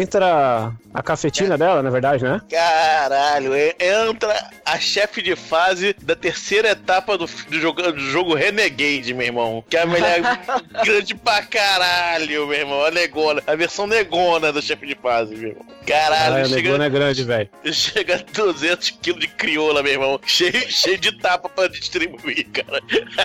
entra a cafetina dela, na verdade, né? Caralho, entra a chefe de fase da terceira etapa do jogo Renegade, meu irmão. Que é a mulher grande pra caralho, meu irmão. A negona, a versão negona do chefe de fase, meu irmão. Caralho, a negona é grande, velho. Chega a 200 quilos de crioula, meu irmão. Cheio de tapa pra distribuir, cara.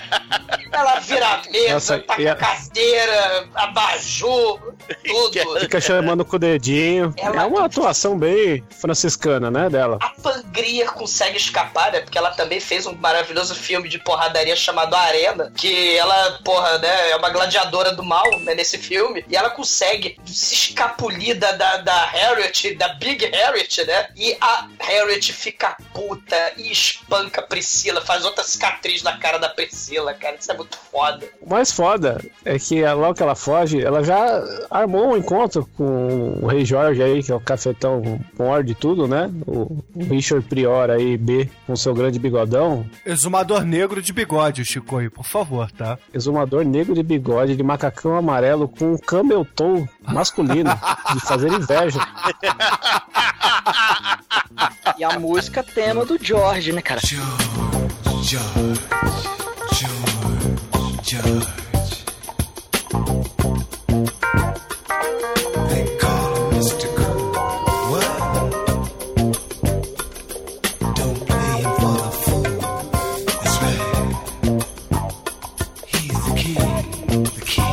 Ela vira a mesa, taca cadeira, abajur, tudo. Fica chamando com o dedinho. É uma atuação bem franciscana, né, dela. A Pangria consegue escapar, né? Porque ela também fez um maravilhoso filme de porradaria chamado Arena, que ela, porra, né, é uma gladiadora do mal, né, nesse filme, e ela consegue se escapulir da Harriet Harriet, da Big Harriet, né? E a Harriet fica puta e espanca a Priscila, faz outra cicatriz na cara da Priscila, cara. Isso é muito foda. O mais foda é que logo que ela foge, ela já armou um encontro com o Rei Jorge aí, que é o cafetão maior de tudo, né? O Richard Prior aí, B, com seu grande bigodão. Exumador negro de bigode, Chicoio, por favor, tá? Exumador negro de bigode, de macacão amarelo, com um camel toe masculino, de fazer inveja. E a música tema do George, né, cara? George. They call him Mr. Cool. What? Don't play him for the fool. That's right. He's the king.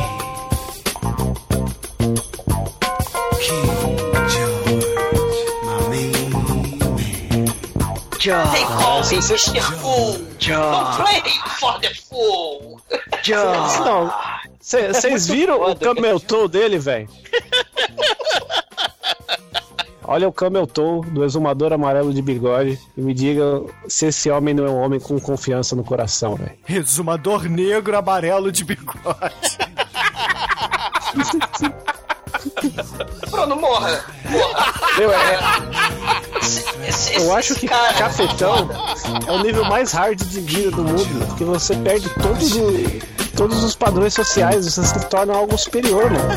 King George, my main man. George. They call me Mr. Fool. Don't play for the fool. George. Não, vocês viram o camel toe dele, velho? Olha o camel toe do exumador amarelo de bigode e me diga se esse homem não é um homem com confiança no coração, velho. Exumador negro amarelo de bigode. Bruno, morra. Eu acho que cafetão é o nível mais hard de vida do mundo, porque você perde todos os padrões sociais, você se torna algo superior, mano.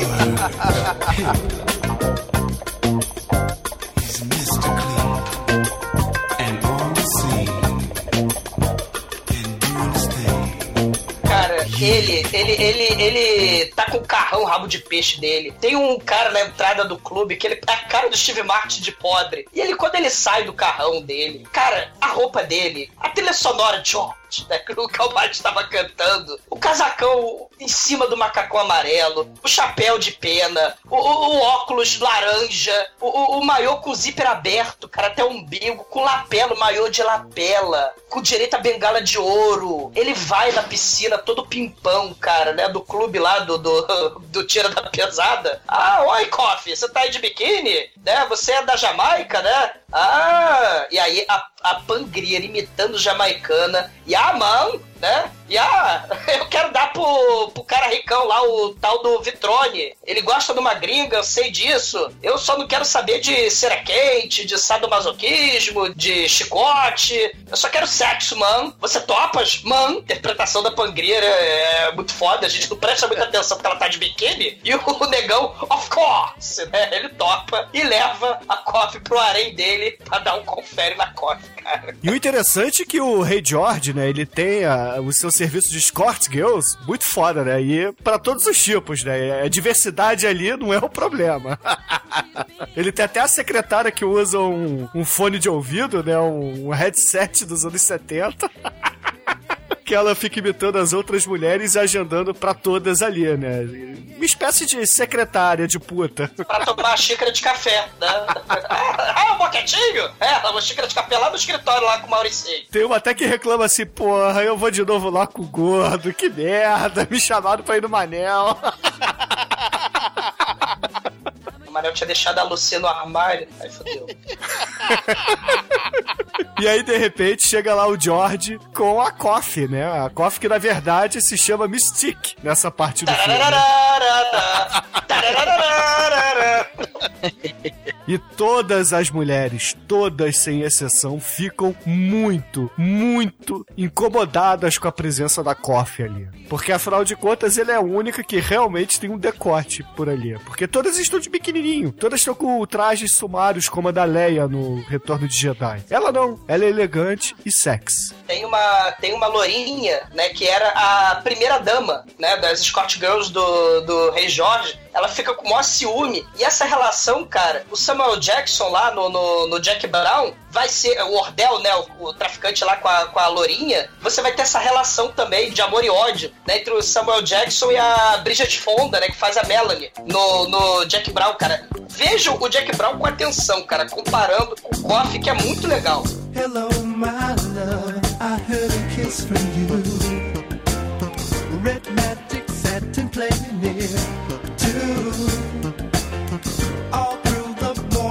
Ele tá com o carrão, rabo de peixe dele. Tem um cara na entrada do clube que ele é a cara do Steve Martin de podre. E quando ele sai do carrão dele, cara, a roupa dele, a trilha sonora de né, que o Calbate estava cantando, o casacão em cima do macacão amarelo, o chapéu de pena, o óculos laranja, o maiô com o zíper aberto, cara, até o umbigo, com lapela, o maiô de lapela, com direito a bengala de ouro. Ele vai na piscina todo pimpão, cara, né, do clube lá do Tira da Pesada. Ah, oi, Coffee, você tá aí de biquíni? Né, você é da Jamaica, né? Ah, e aí a Pangria imitando jamaicana, e a mão, né? E eu quero dar pro cara ricão lá, o tal do Vitrone. Ele gosta de uma gringa, eu sei disso. Eu só não quero saber de cera quente, de sadomasoquismo, de chicote. Eu só quero sexo, man. Você topas? Man. A interpretação da Pangria é muito foda. A gente não presta muita atenção porque ela tá de biquíni. E o negão, of course, né? Ele topa e leva a Coffee pro harém dele pra dar um confere na Coffee, cara. E o interessante é que o Rei George, né, ele tem o seu serviço de escort girls muito foda, né, e pra todos os tipos, né, a diversidade ali não é o problema. Ele tem até a secretária que usa um fone de ouvido, né, um headset dos anos 70. Que ela fica imitando as outras mulheres e agendando pra todas ali, né? Uma espécie de secretária de puta. Pra tomar a xícara de café, né? Um boquetinho? Uma xícara de café lá no escritório, lá com o Mauricinho. Tem uma até que reclama assim, porra, eu vou de novo lá com o gordo, que merda, me chamaram pra ir no Manel. O Manel tinha deixado a Lucia no armário, aí fodeu. E aí, de repente, chega lá o George com a Coffee, né? A Coffee que, na verdade, se chama Mystique nessa parte do filme. E todas as mulheres, todas sem exceção, ficam muito, muito incomodadas com a presença da Coffee ali. Porque, afinal de contas, ele é a única que realmente tem um decote por ali. Porque todas estão de pequenininho. Todas estão com trajes sumários, como a da Leia no Retorno de Jedi. Ela não. Ela é elegante e sexy. Tem uma lourinha, né, que era a primeira dama, né, das Escort Girls do Rei Jorge. Ela fica com o maior ciúme. E essa relação, cara, o Samuel Jackson lá no Jack Brown vai ser o Ordell, né, o traficante lá com a lourinha. Você vai ter essa relação também de amor e ódio, né, entre o Samuel Jackson e a Bridget Fonda, né, que faz a Melanie no Jack Brown, cara. Vejam o Jack Brown com atenção, cara, comparando com o Coffee, que é muito legal. Hello, my love, I heard a kiss from you. Red magic satin playing near too. All through the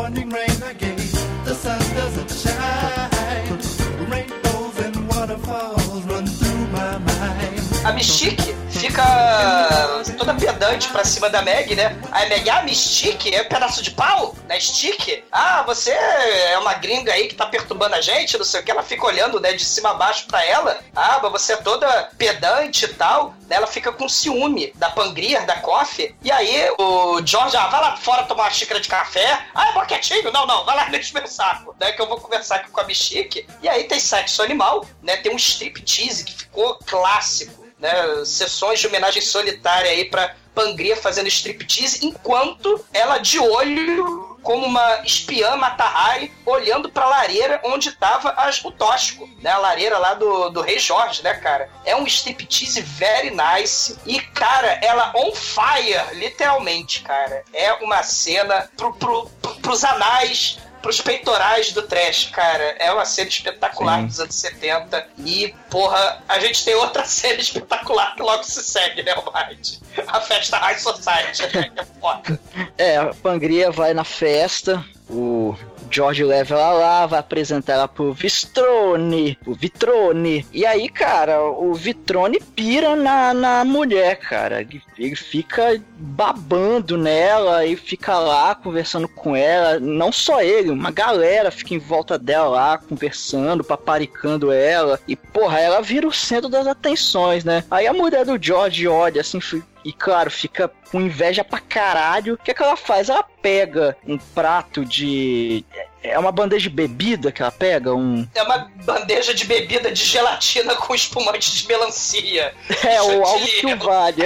a Mystique fica toda pedante pra cima da Meg, né? Aí a Meg, Mystique é um pedaço de pau, né? Stick. Você é uma gringa aí que tá perturbando a gente, não sei o que. Ela fica olhando, né, de cima a baixo pra ela. Mas você é toda pedante e tal. Ela fica com ciúme da Pangria, da Coffee. E aí o George, vai lá fora tomar uma xícara de café. É boquetinho? Não, vai lá nesse meu saco. Daí que eu vou conversar aqui com a Mystique. E aí tem sexo animal, né? Tem um striptease que ficou clássico, né? Sessões de homenagem solitária aí pra Pangria fazendo striptease, enquanto ela de olho como uma espiã Mata-Hari olhando pra lareira onde tava o tóxico, né? A lareira lá do Rei Jorge, né, cara? É um striptease very nice e, cara, ela on fire, literalmente, cara. É uma cena pros anais, pros peitorais do trash, cara. É uma cena espetacular dos anos 70. E, porra, a gente tem outra cena espetacular que logo se segue, né, o Mike? A festa High Society, né? Que é foda. A Pangria vai na festa, o George leva ela lá, vai apresentar ela pro Vitrone. E aí, cara, o Vitrone pira na mulher, cara. Ele fica babando nela e fica lá conversando com ela. Não só ele, uma galera fica em volta dela lá, conversando, paparicando ela. E, porra, ela vira o centro das atenções, né? Aí a mulher do George olha assim, e claro, fica com inveja pra caralho. O que é que ela faz? Ela pega um prato de... É uma bandeja de bebida que ela pega? É uma bandeja de bebida de gelatina com espumante de melancia. Ou algo que o valha.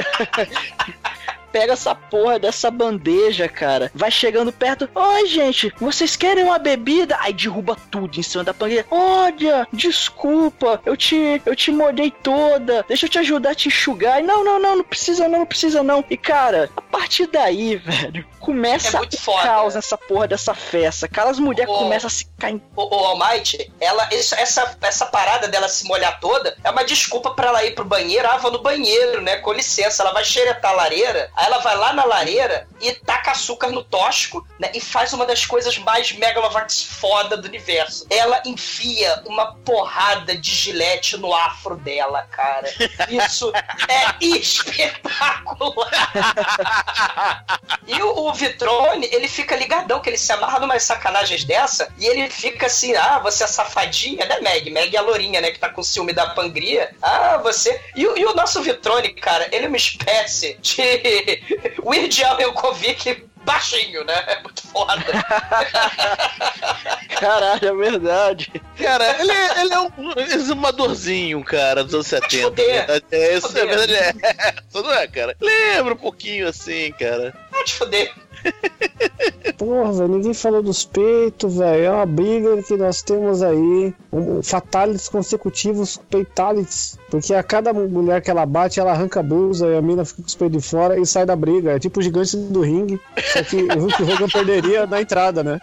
Pega essa porra dessa bandeja, cara. Vai chegando perto. Oi, gente, vocês querem uma bebida? Aí derruba tudo em cima da panela. Olha, desculpa, eu te molhei toda. Deixa eu te ajudar a te enxugar. Não precisa não. E, cara, a partir daí, velho, começa a caos nessa porra dessa festa. Cara, as mulheres começam a se cair. Almighty, essa parada dela se molhar toda é uma desculpa pra ela ir pro banheiro. Vou no banheiro, né? Com licença, ela vai xeretar a lareira. Aí ela vai lá na lareira e taca açúcar no tóxico, né? E faz uma das coisas mais megalovax foda do universo. Ela enfia uma porrada de gilete no afro dela, cara. Isso é espetacular. E o Vitrone, ele fica ligadão, que ele se amarra numas sacanagens dessa, e ele fica assim, você é safadinha, né, Meg? Meg é a lourinha, né, que tá com ciúme da Pangria. Você... E o nosso Vitrone, cara, ele é uma espécie de Weird Al Yankovic baixinho, né? É muito foda. Caralho, é verdade. Cara, ele é um exumadorzinho, cara, dos anos 70. Isso é verdade. Só não é, cara? Lembra um pouquinho assim, cara. Vai te foder. Porra, velho, ninguém falou dos peitos, velho. É uma briga que nós temos aí. Fatalities consecutivos, peitalities. Porque a cada mulher que ela bate, ela arranca a blusa e a mina fica com os peitos de fora e sai da briga. É tipo o gigante do ringue. Só que o Hulk Hogan perderia na entrada, né?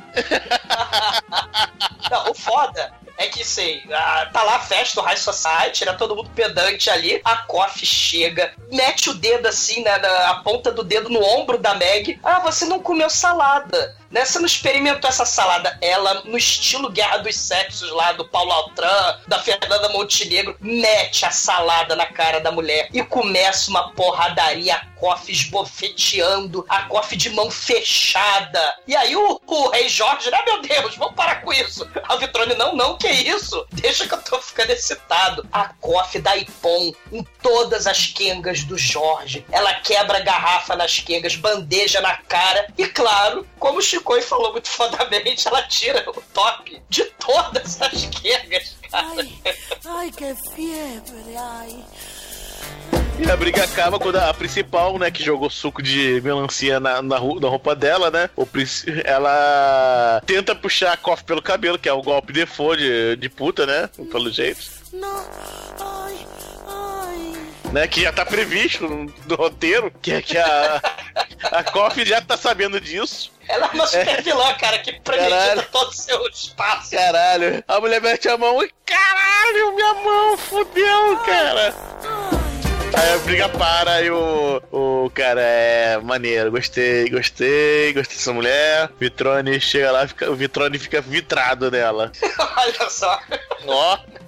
Não, o foda é que, tá lá a festa do High Society, né? Todo mundo pedante ali. A Coffee chega, mete o dedo assim, né? A ponta do dedo no ombro da Meg. Você não comeu salada, né? Você não experimentou essa salada. Ela, no estilo Guerra dos Sexos lá, do Paulo Altran, da Fernanda Montenegro, mete a salada na cara da mulher e começa uma porradaria. A Coffee esbofeteando, a Coffee de mão fechada. E aí o Rei Jorge, né? Meu Deus, vamos parar com isso. A Vitrone, não, que isso? Deixa que eu tô ficando excitado. A Coffee dá ipom em todas as quengas do Jorge. Ela quebra a garrafa nas quengas, bandeja na cara. E claro, como o Chicoi falou muito fodamente, ela tira o top de todas as quengas, cara. Ai, que fiebre, ai. E a briga acaba quando a principal, né, que jogou suco de melancia na roupa dela, né? Ela tenta puxar a Coffee pelo cabelo, que é o golpe default de puta, né? Pelo jeito. Não, ai. Né, que já tá previsto no roteiro, que a Coffee já tá sabendo disso. Ela é uma super vilã, cara, que premedita todo o seu espaço. Caralho, a mulher mete a mão e caralho, minha mão, fudeu, cara. Aí a briga para e o cara é maneiro, gostei dessa mulher. Vitrone chega lá, o Vitrone fica vitrado nela. Olha só. Ó.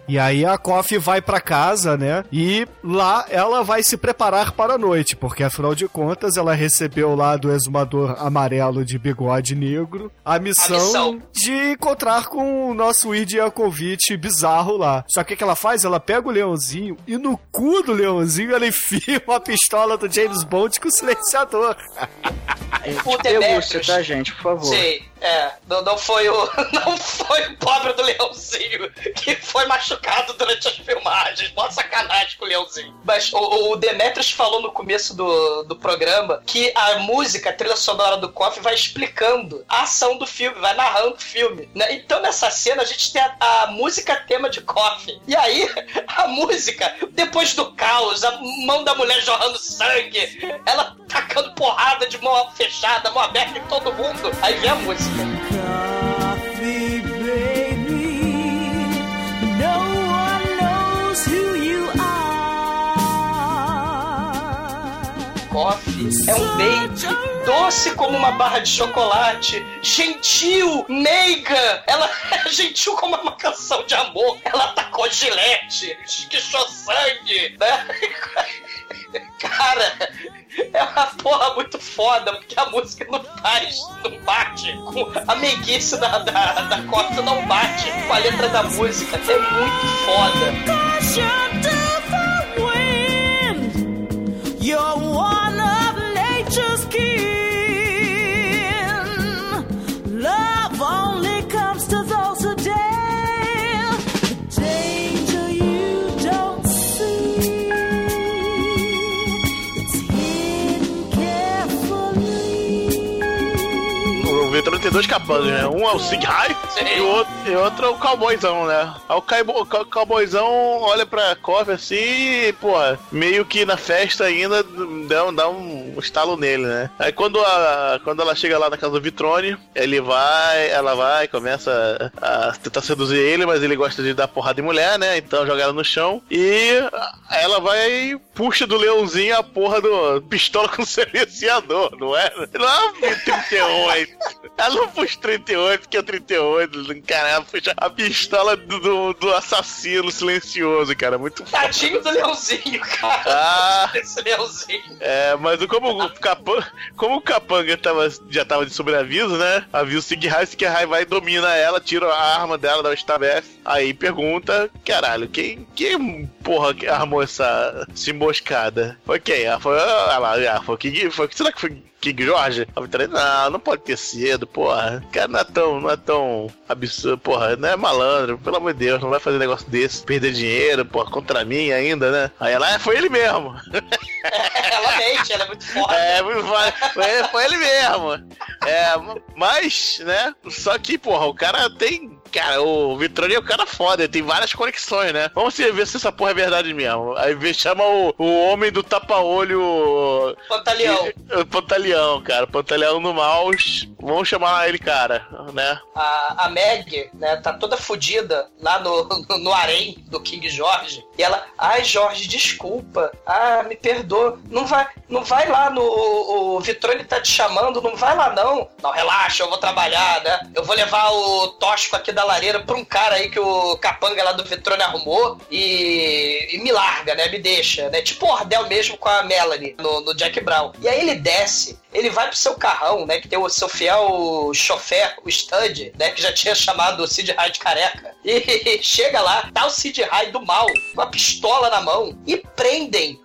E aí a Coffee vai pra casa, né? E lá ela vai se preparar para a noite, porque afinal de contas ela recebeu lá do exumador amarelo de bigode negro a missão de encontrar com o nosso Id Yakovitch bizarro lá. Só que o que ela faz? Ela pega o leãozinho e no cu do leãozinho ela enfia uma pistola do James Bond com o silenciador. O Demetrius, tá, gente, por favor. Sim, não foi o pobre do leãozinho que foi machucado durante as filmagens. Mó sacanagem com o leãozinho. Mas o Demetrius falou no começo do programa que a música, a trilha sonora do Coffee vai explicando a ação do filme, vai narrando o filme, né? Então nessa cena a gente tem a música tema de Coffee. E aí a música, depois do caos, a mão da mulher jorrando sangue, ela tacando porrada de mão fechada, mão aberta em todo mundo. Aí vem a música. Coffee, baby, no one knows who you are. Coffee é um baby doce como uma barra de chocolate, gentil, meiga. Ela é gentil como uma canção de amor. Ela tacou gilete, esguichou sangue, né? Cara, é uma porra muito foda, porque a música não bate com a meiguice da Coffee, não bate com a letra da música. É muito foda. You're one of nature's kin. Love only comes to those who dare. The danger you don't see. It's hidden carefully. O Vitor tem dois capangas, né? Um é o Sig High e o outro é o cowboyzão, né? Aí o cowboyzão olha pra Coffee assim e, porra, meio que na festa ainda dá um estalo nele, né? Aí quando ela chega lá na casa do Vitrone, ela vai, começa a tentar seduzir ele, mas ele gosta de dar porrada em mulher, né? Então joga ela no chão e ela vai e puxa do leãozinho a porra do pistola com silenciador, não é? Não é 38. Ela não puxa 38, porque é 38. Cara, ela puxa a pistola do assassino silencioso, cara. Muito foda. Tadinho do leãozinho, cara. Esse leãozinho. Mas como o Capanga já tava de sobreaviso, né? Avisa o Sig High vai e domina ela, tira a arma dela, dá um stabef. Aí pergunta, caralho, quem porra armou essa emboscada? Foi quem? Será que foi King George? A Vitória, não pode ter sido, porra. O cara não é tão absurdo, porra, não é malandro, pelo amor de Deus, não vai fazer um negócio desse, perder dinheiro, porra, contra mim ainda, né? Aí ela, foi ele mesmo. Ela mente, ela é muito foda. Foi ele mesmo. Mas, né, só que, porra, o cara tem... Cara, o Vitrone é um cara foda, ele tem várias conexões, né? Vamos ver se essa porra é verdade mesmo. Aí chama o homem do tapa-olho... Pantaleão, cara. Pantaleão no mouse. Vamos chamar ele, cara, né? A Meg, né, tá toda fodida lá no harém do King George. E ela, Jorge, desculpa. Me perdoa. Não vai lá o Vitrone tá te chamando, não vai lá não. Não, relaxa, eu vou trabalhar, né? Eu vou levar o Tosco aqui da lareira pra um cara aí que o capanga lá do Vitrone arrumou e me larga, né? Me deixa, né? Tipo o Ordel mesmo com a Melanie no Jack Brown. E aí ele desce, ele vai pro seu carrão, né? Que tem o seu fiel chofer, o Stud, né? Que já tinha chamado o Sid Haig de careca. E chega lá, tá o Sid Haig do mal, com a pistola na mão, e prendem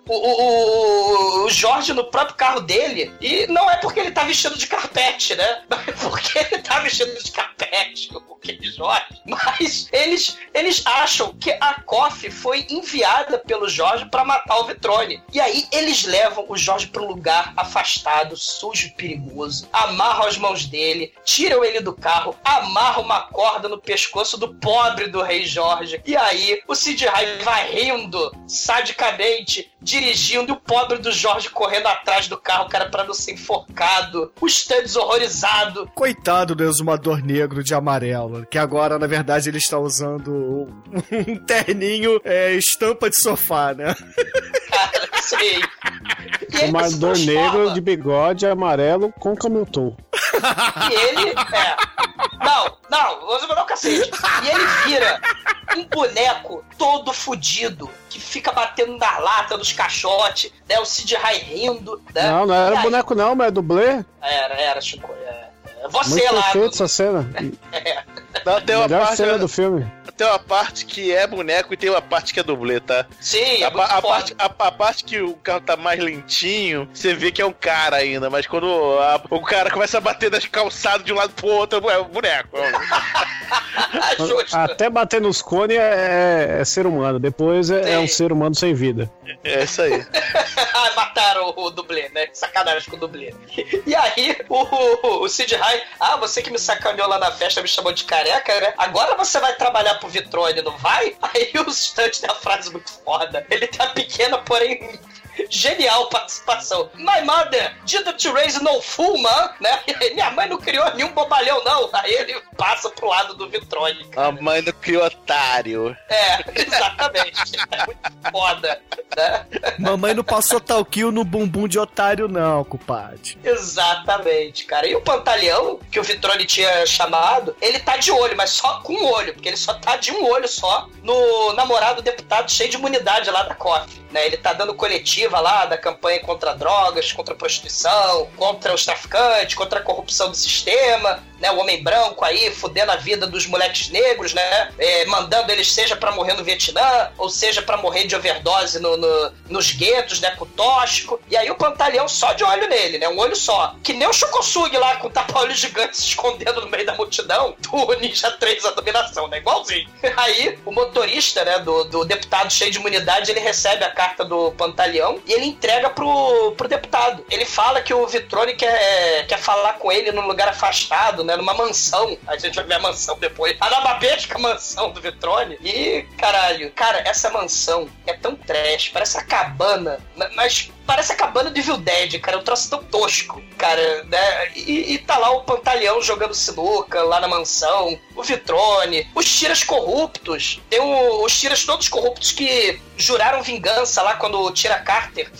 o Jorge no próprio carro dele. E não é porque ele tá vestido de carpete, né? Porque ele tá vestido de carpete, o King Jorge. Mas eles acham que a Coffee foi enviada pelo Jorge pra matar o Vitrone. E aí eles levam o Jorge pra um lugar afastado, sujo e perigoso, amarram as mãos dele, tiram ele do carro, amarram uma corda no pescoço do pobre do Rei Jorge. E aí o Sid Haig vai rindo sadicamente, dirigindo, e o pobre do Jorge correndo atrás do carro, cara, pra não ser enforcado. O Studs horrorizado. Coitado do exumador negro de amarelo, que agora, na verdade, ele está usando um terninho estampa de sofá, né? Cara, sei. O exumador negro de bigode amarelo com Camilton. E ele, Não, você vai dar o cacete. E ele vira um boneco todo fudido, que fica batendo na lata dos caixotes, né? O Sid Hai rindo, né? Não era boneco não, mas é dublê. Era, Chico. Você muito lá. Perfeito essa cena. Não, tem uma Melhor parte, cena do filme. Tem uma parte que é boneco e tem uma parte que é dublê, tá? Sim, a parte que o carro tá mais lentinho, você vê que é um cara ainda, mas quando o cara começa a bater das calçadas de um lado pro outro, é um boneco. Até bater nos cones é ser humano, depois é um ser humano sem vida. É isso aí. Mataram o dublê, né? Sacanagem com o dublê. E aí, o Sid Hai, você que me sacaneou lá na festa, me chamou de careca, né? Agora você vai trabalhar pro Vitrone, não vai? Aí o Stunt tem a frase muito foda. Ele tem a pequena, porém genial participação. My mother didn't raise no fool, man, né? Minha mãe não criou nenhum bobalhão, não. Aí ele passa pro lado do Vitrone. A mãe não criou otário. Exatamente. É muito foda, né? Mamãe não passou talquinho no bumbum de otário, não, compadre. Exatamente, cara. E o Pantaleão, que o Vitrone tinha chamado, ele tá de olho, mas só com um olho, porque ele só tá de um olho só no namorado deputado cheio de imunidade lá da COF, né? Ele tá dando coletiva lá da campanha contra drogas, contra a prostituição, contra os traficantes, contra a corrupção do sistema, né? O homem branco aí fudendo a vida dos moleques negros, né? Mandando eles seja pra morrer no Vietnã, ou seja pra morrer de overdose nos guetos, né? Com o tóxico. E aí o Pantaleão só de olho nele, né? Um olho só. Que nem o Chocosug lá com o tapa-olho gigante se escondendo no meio da multidão do Ninja 3 A Dominação, né? Igualzinho. Aí o motorista, né? Do deputado cheio de imunidade, ele recebe a carta do Pantaleão e ele entrega pro deputado. Ele fala que o Vitrone quer falar com ele num lugar afastado, né? Numa mansão. A gente vai ver a mansão depois. A nababesca mansão do Vitrone. E, caralho, cara, essa mansão é tão trash, parece a cabana, mas parece a cabana de Evil Dead, cara. Um troço tão tosco, cara, né? E tá lá o Pantaleão jogando sinuca lá na mansão, o Vitrone, os tiras corruptos. Tem os tiras todos corruptos que juraram vingança lá quando o Tira Carter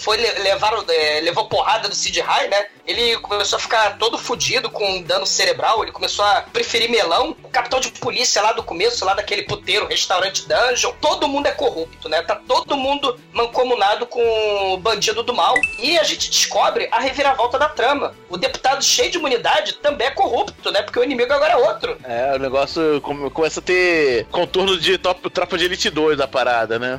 levou porrada do Sid Hai, né? Ele começou a ficar todo fudido com dano cerebral, ele começou a preferir melão. O capitão de polícia lá do começo, lá daquele puteiro, restaurante dungeon, todo mundo é corrupto, né? Tá todo mundo mancomunado com o bandido do mal. E a gente descobre a reviravolta da trama. O deputado cheio de imunidade também é corrupto, né? Porque o inimigo agora é outro. O negócio começa a ter contorno de Tropa de Elite 2 da parada, né?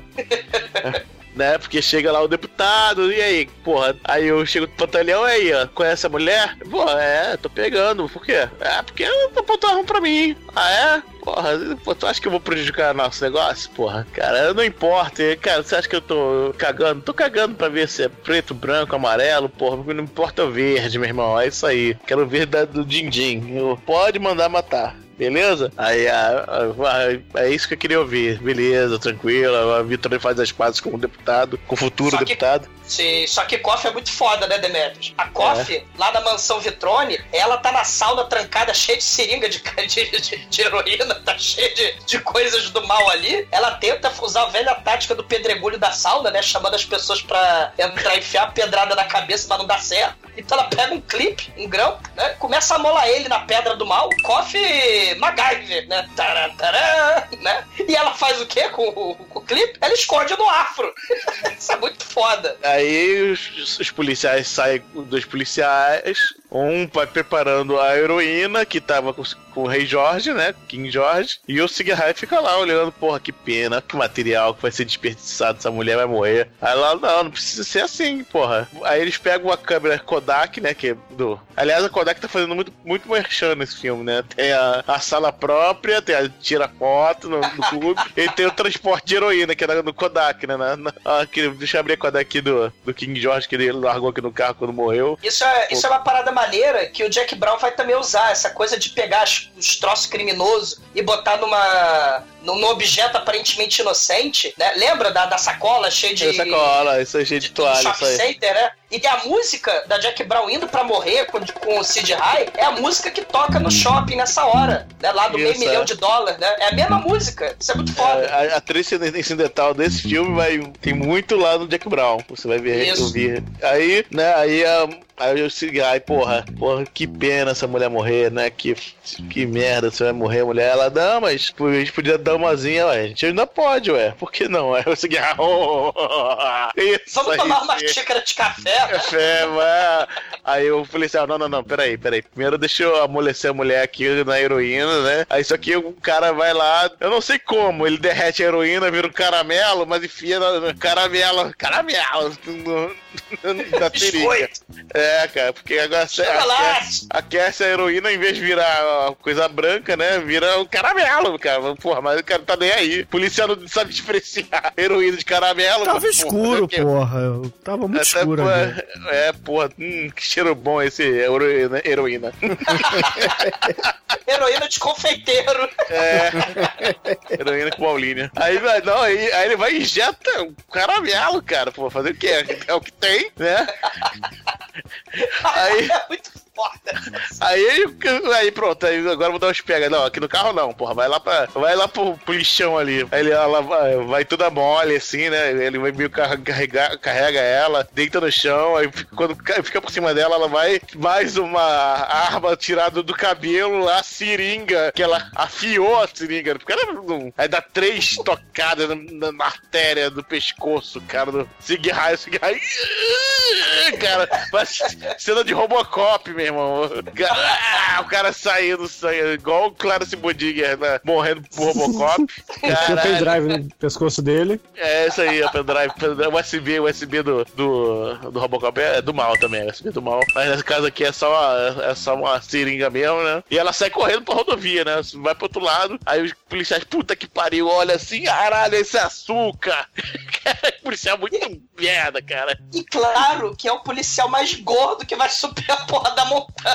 Né? Porque chega lá o deputado, e aí, porra, aí eu chego no Pantaleão, e aí, ó, conhece a mulher? Pô, tô pegando, por quê? Porque eu tô apontando pra mim. Porra, tu acha que eu vou prejudicar nosso negócio? Porra, cara, não importa. Cara, você acha que eu tô cagando? Tô cagando pra ver se é preto, branco, amarelo, porra, porque não importa o verde, meu irmão, é isso aí. Quero o verde do Din-Din. Pode mandar matar. Beleza? Aí é isso que eu queria ouvir. Beleza, tranquilo. A Vitrone faz as pazes com o deputado, com o futuro deputado. Sim, só que KOF é muito foda, né, Demetrius? A KOF, lá na mansão Vitrone, ela tá na sauna trancada, cheia de seringa de heroína, tá cheia de coisas do mal ali. Ela tenta usar a velha tática do pedregulho da sauna, né, chamando as pessoas pra entrar e enfiar a pedrada na cabeça, mas não dá certo. Então ela pega um clipe, um grão, né, começa a molar ele na pedra do mal. KOF MacGyver, né? Tarantarã, né? E ela faz o quê com o clipe? Ela esconde no afro. Isso é muito foda. Aí os policiais saem, dois policiais, um vai preparando a heroína que tava com o Rei Jorge, né? King Jorge. E o Sid Hai fica lá olhando, porra, que pena, que material que vai ser desperdiçado, essa mulher vai morrer. Aí lá, não precisa ser assim, porra. Aí eles pegam uma câmera Kodak, né? Que é do... Aliás, a Kodak tá fazendo muito merchan nesse filme, né? Tem a sala própria, tem a tira-foto no clube, e tem o transporte de heroína, que é no Kodak, né? Deixa eu abrir a Kodak aqui do King George, que ele largou aqui no carro quando morreu. Isso é uma parada maneira que o Jack Brown vai também usar, essa coisa de pegar os troços criminosos e botar num objeto aparentemente inocente, né? Lembra da sacola cheia de... Sacola, isso é cheio de toalha, shopping center, né? E a música da Jack Brown indo pra morrer com o Sid Hai é a música que toca no shopping nessa hora, né? Lá do $500 mil, né? É a mesma música. Isso é muito foda. A trilha incidental desse filme tem muito lá no Jack Brown. Você vai ver, ouvir. Aí, né? Aí Aí eu segui, porra, que pena essa mulher morrer, né? Que merda, você vai morrer, mulher. Ela, não, mas a gente podia dar umazinha, ué. A gente ainda pode, ué. Por que não? Aí eu segui, vamos tomar uma xícara de café? Aí eu falei assim, não, peraí. Primeiro deixa eu amolecer a mulher aqui na heroína, né? Aí só que o cara vai lá, eu não sei como, ele derrete a heroína, vira um caramelo, mas enfia no caramelo da seringa. Cara, porque agora aquece a heroína, em vez de virar coisa branca, né? Vira um caramelo, cara. Porra, mas o cara tá nem aí. O policial não sabe diferenciar heroína de caramelo. Tava escuro, porra. Tava muito escuro ali. Porra, que cheiro bom esse heroína. Heroína de confeiteiro. Heroína com Paulinha. Aí ele vai e injeta um caramelo, cara. Pô, fazer o quê? É o que tem, né? Aí... É muito foda. Aí pronto, aí agora vou dar uns pega. Não, aqui no carro não, porra. Vai lá pro lixão ali. Aí ela vai toda mole, assim, né? Ele vai meio carrega ela, deita no chão, aí quando fica por cima dela, ela vai mais uma arma tirada do cabelo, a seringa, que ela afiou a seringa. Porque aí dá 3 tocadas na artéria do pescoço, cara, do cigarro. Cara, cena de Robocop, meu irmão. O cara saindo, igual o Clarence Bodiger, né? Morrendo pro Robocop. Tinha o pendrive no pescoço dele. É isso aí, o pendrive. USB do Robocop é do mal também, USB do mal. Mas nesse caso aqui é só uma seringa mesmo, né? E ela sai correndo pra rodovia, né? Vai pro outro lado, aí os policiais, puta que pariu, olha assim, caralho, esse é açúcar. Policial muito merda, cara. E claro que é o policial mais gordo que vai subir a porra da montanha.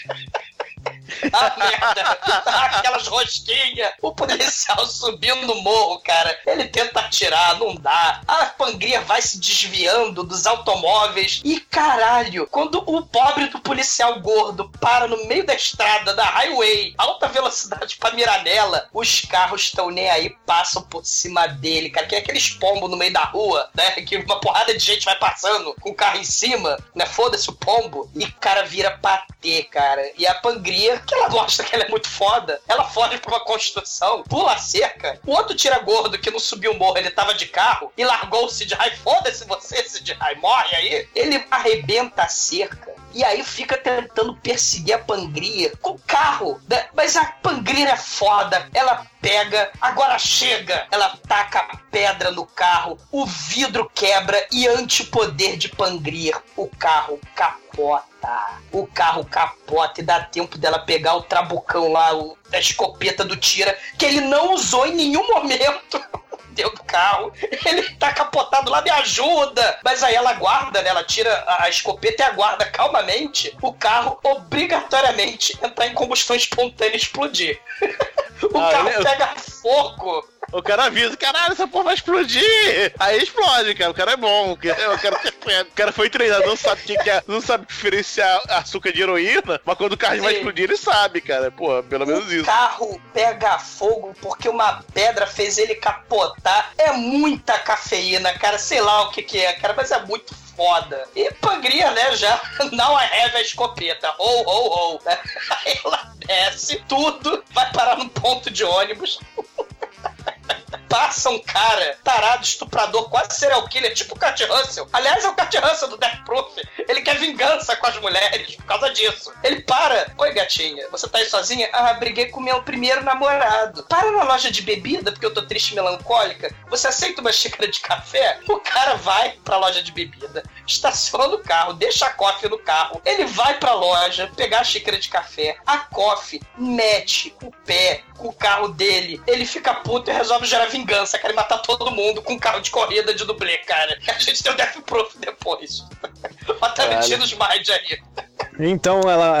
Merda, aquelas rosquinhas. O policial subindo no morro, cara. Ele tenta atirar, não dá. A Pangria vai se desviando dos automóveis. E caralho, quando o pobre do policial gordo para no meio da estrada, da highway, alta velocidade pra mirar nela, os carros estão nem aí, passam por cima dele, cara. Que é aqueles pombos no meio da rua, né? Que uma porrada de gente vai passando com o carro em cima, né? Foda-se o pombo. E cara vira patê, cara. E a Pangria, que ela gosta, que ela é muito foda, ela foge pra uma construção, pula a cerca. O outro tira gordo que não subiu o morro, ele tava de carro e largou o Sid Hai. Foda-se você, Sid Hai, morre aí. Ele arrebenta a cerca e aí fica tentando perseguir a Pangria com o carro, né? Mas a Pangria é foda, ela pega, agora chega, ela taca a pedra no carro, o vidro quebra e antipoder de Pangria, o carro capota. O carro capota e dá tempo dela pegar o trabucão lá, a escopeta do tira, que ele não usou em nenhum momento. Dentro do carro, ele tá capotado lá, me ajuda! Mas aí ela guarda, né? Ela tira a escopeta e aguarda calmamente o carro obrigatoriamente entrar em combustão espontânea e explodir. O carro pega fogo. O cara avisa, caralho, essa porra vai explodir. Aí explode, cara. O cara é bom. O cara foi treinado, não sabe o que é, não sabe diferenciar açúcar de heroína, mas quando o carro vai explodir, ele sabe, cara. Pô, pelo menos isso. O carro pega fogo porque uma pedra fez ele capotar. É muita cafeína, cara. Sei lá o que é, cara, mas é muito foda. E Pangria, né, já não arreve a escopeta. Aí ela desce, tudo, vai parar num ponto de ônibus. Passa um cara tarado, estuprador, quase serial killer, tipo o Kurt Russell. Aliás, é o Kurt Russell do Death Proof. Ele quer vingança com as mulheres por causa disso. Ele para. Oi, gatinha, você tá aí sozinha? Ah, briguei com o meu primeiro namorado. Para na loja de bebida, porque eu tô triste e melancólica. Você aceita uma xícara de café? O cara vai pra loja de bebida, estaciona o carro, deixa a coffee no carro. Ele vai pra loja pegar a xícara de café. A coffee mete o pé com o carro dele. Ele fica puto e resolve gerar vingança, cara, e matar todo mundo com um carro de corrida de dublê, cara. A gente tem o Death Proof depois. Bota mentindo os Mind aí. Então ela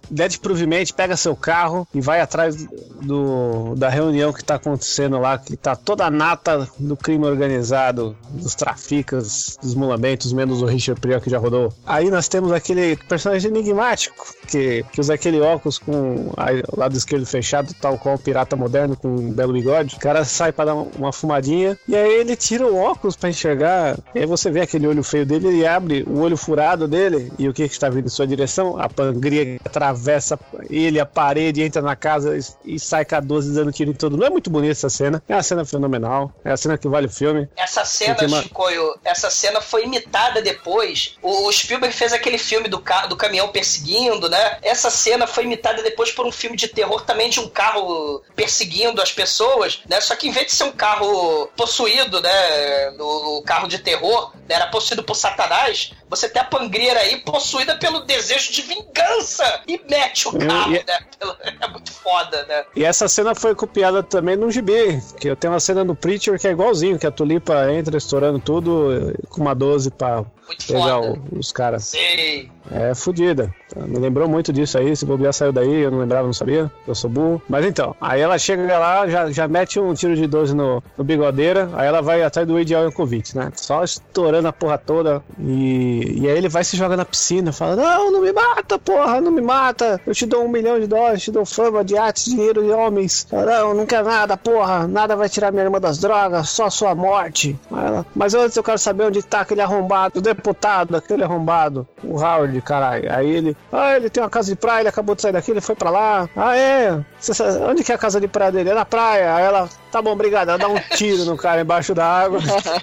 desprovemente pega seu carro e vai atrás da reunião que tá acontecendo lá, que tá toda a nata do crime organizado, dos traficas, dos mulamentos, menos o Richard Pryor que já rodou. Aí nós temos aquele personagem enigmático, que usa aquele óculos com o lado esquerdo fechado, tal qual o pirata moderno com um belo bigode. O cara sai pra dar uma fumadinha, e aí ele tira o óculos pra enxergar, e aí você vê aquele olho feio dele, ele abre o olho furado dele, e o que está vindo em sua direção? A Pangria atravessa ele, a parede, entra na casa e sai com a 12 dando tiro em todo mundo. Não é muito bonita essa cena, é uma cena fenomenal, é a cena que vale o filme. Essa cena, Chicoio, essa cena foi imitada depois. O Spielberg fez aquele filme do caminhão perseguindo, né? Essa cena foi imitada depois por um filme de terror também, de um carro perseguindo as pessoas, né? Só que em vez de ser um carro possuído, né, no carro de terror, né, era possuído por Satanás, você tem a Pangria aí possuída pelo desejo de vingança e mete o carro, né? É muito foda, né? E essa cena foi copiada também no gibi, que eu tenho uma cena no Preacher que é igualzinho, que a Tulipa entra estourando tudo com uma 12 pra muito pegar foda. Os caras. Sei. É fodida. Me lembrou muito disso aí. Se bobear saiu daí, eu não lembrava, não sabia. Eu sou burro. Mas então, aí ela chega lá, já mete um tiro de 12 no bigodeira. Aí ela vai atrás do Wade Yankovic, né? Só estourando a porra toda. E aí ele vai se jogar na piscina, fala: não me mata, porra, não me mata. Eu te dou $1 milhão, te dou fama de arte, dinheiro de homens. Não quero nada, porra. Nada vai tirar minha irmã das drogas, só sua morte. Aí ela: mas antes eu quero saber onde tá aquele arrombado, o deputado, aquele arrombado, o Howard, caralho. Aí ele tem uma casa de praia, ele acabou de sair daqui, ele foi pra lá. Onde que é a casa de praia dele? É na praia. Aí ela: tá bom, obrigado. Ela dá um tiro no cara embaixo da água.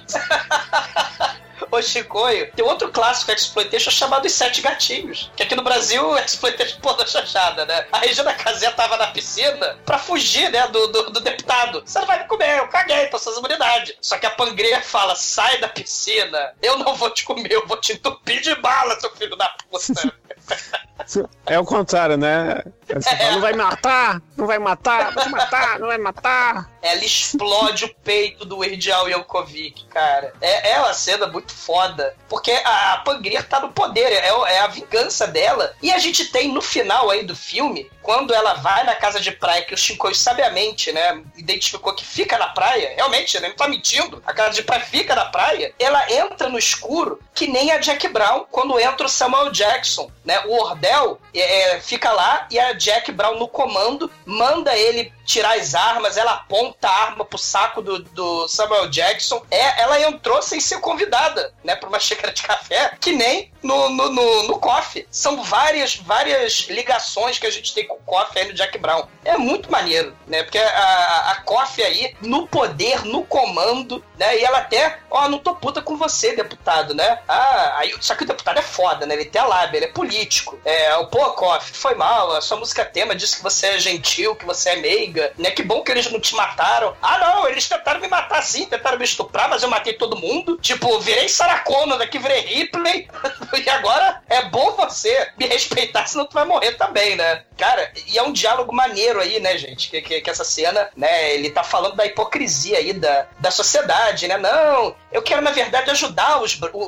Ô Chicoio, tem outro clássico exploitation chamado Os Sete Gatinhos, que aqui no Brasil é exploitation porra chachada, né? A Regina Casé tava na piscina pra fugir, né, do deputado. Você não vai me comer, eu caguei pra suas imunidades. Só que a Pangria fala: sai da piscina, eu não vou te comer, eu vou te entupir de bala, seu filho da puta. É o contrário, né? Você fala: não vai matar, não vai matar, vai te matar, não vai matar. Ela explode o peito do Erdial Yankovic, cara. É uma cena muito foda, porque a Pangria tá no poder, é a vingança dela. E a gente tem no final aí do filme, quando ela vai na casa de praia, que o Chicoio sabiamente, né, identificou que fica na praia, realmente, né, não tá mentindo, a casa de praia fica na praia, ela entra no escuro, que nem a Jack Brown, quando entra o Samuel Jackson, né, o Ordell fica lá e a Jack Brown no comando manda ele tirar as armas, ela aponta a arma pro saco do Samuel Jackson. Ela entrou sem ser convidada, né, pra uma xícara de café, que nem no Coffee. São várias ligações que a gente tem com o Coffee aí no Jack Brown. É muito maneiro, né, porque a Coffee aí, no poder, no comando, né, e ela até: não tô puta com você, deputado, né? Só que o deputado é foda, né, ele tem a lábia, ele é político. Coffee, foi mal, a sua música tema diz que você é gentil, que você é meiga, né, que bom que eles não te mataram. Não, eles tentaram me matar sim, tentaram me estuprar, mas eu matei todo mundo. Tipo, virei Sarah Connor daqui, virei Ripley, e agora é bom você me respeitar, senão tu vai morrer também, né? Cara, e é um diálogo maneiro aí, né, gente? Que essa cena, né, ele tá falando da hipocrisia aí da sociedade, né? Não, eu quero, na verdade, ajudar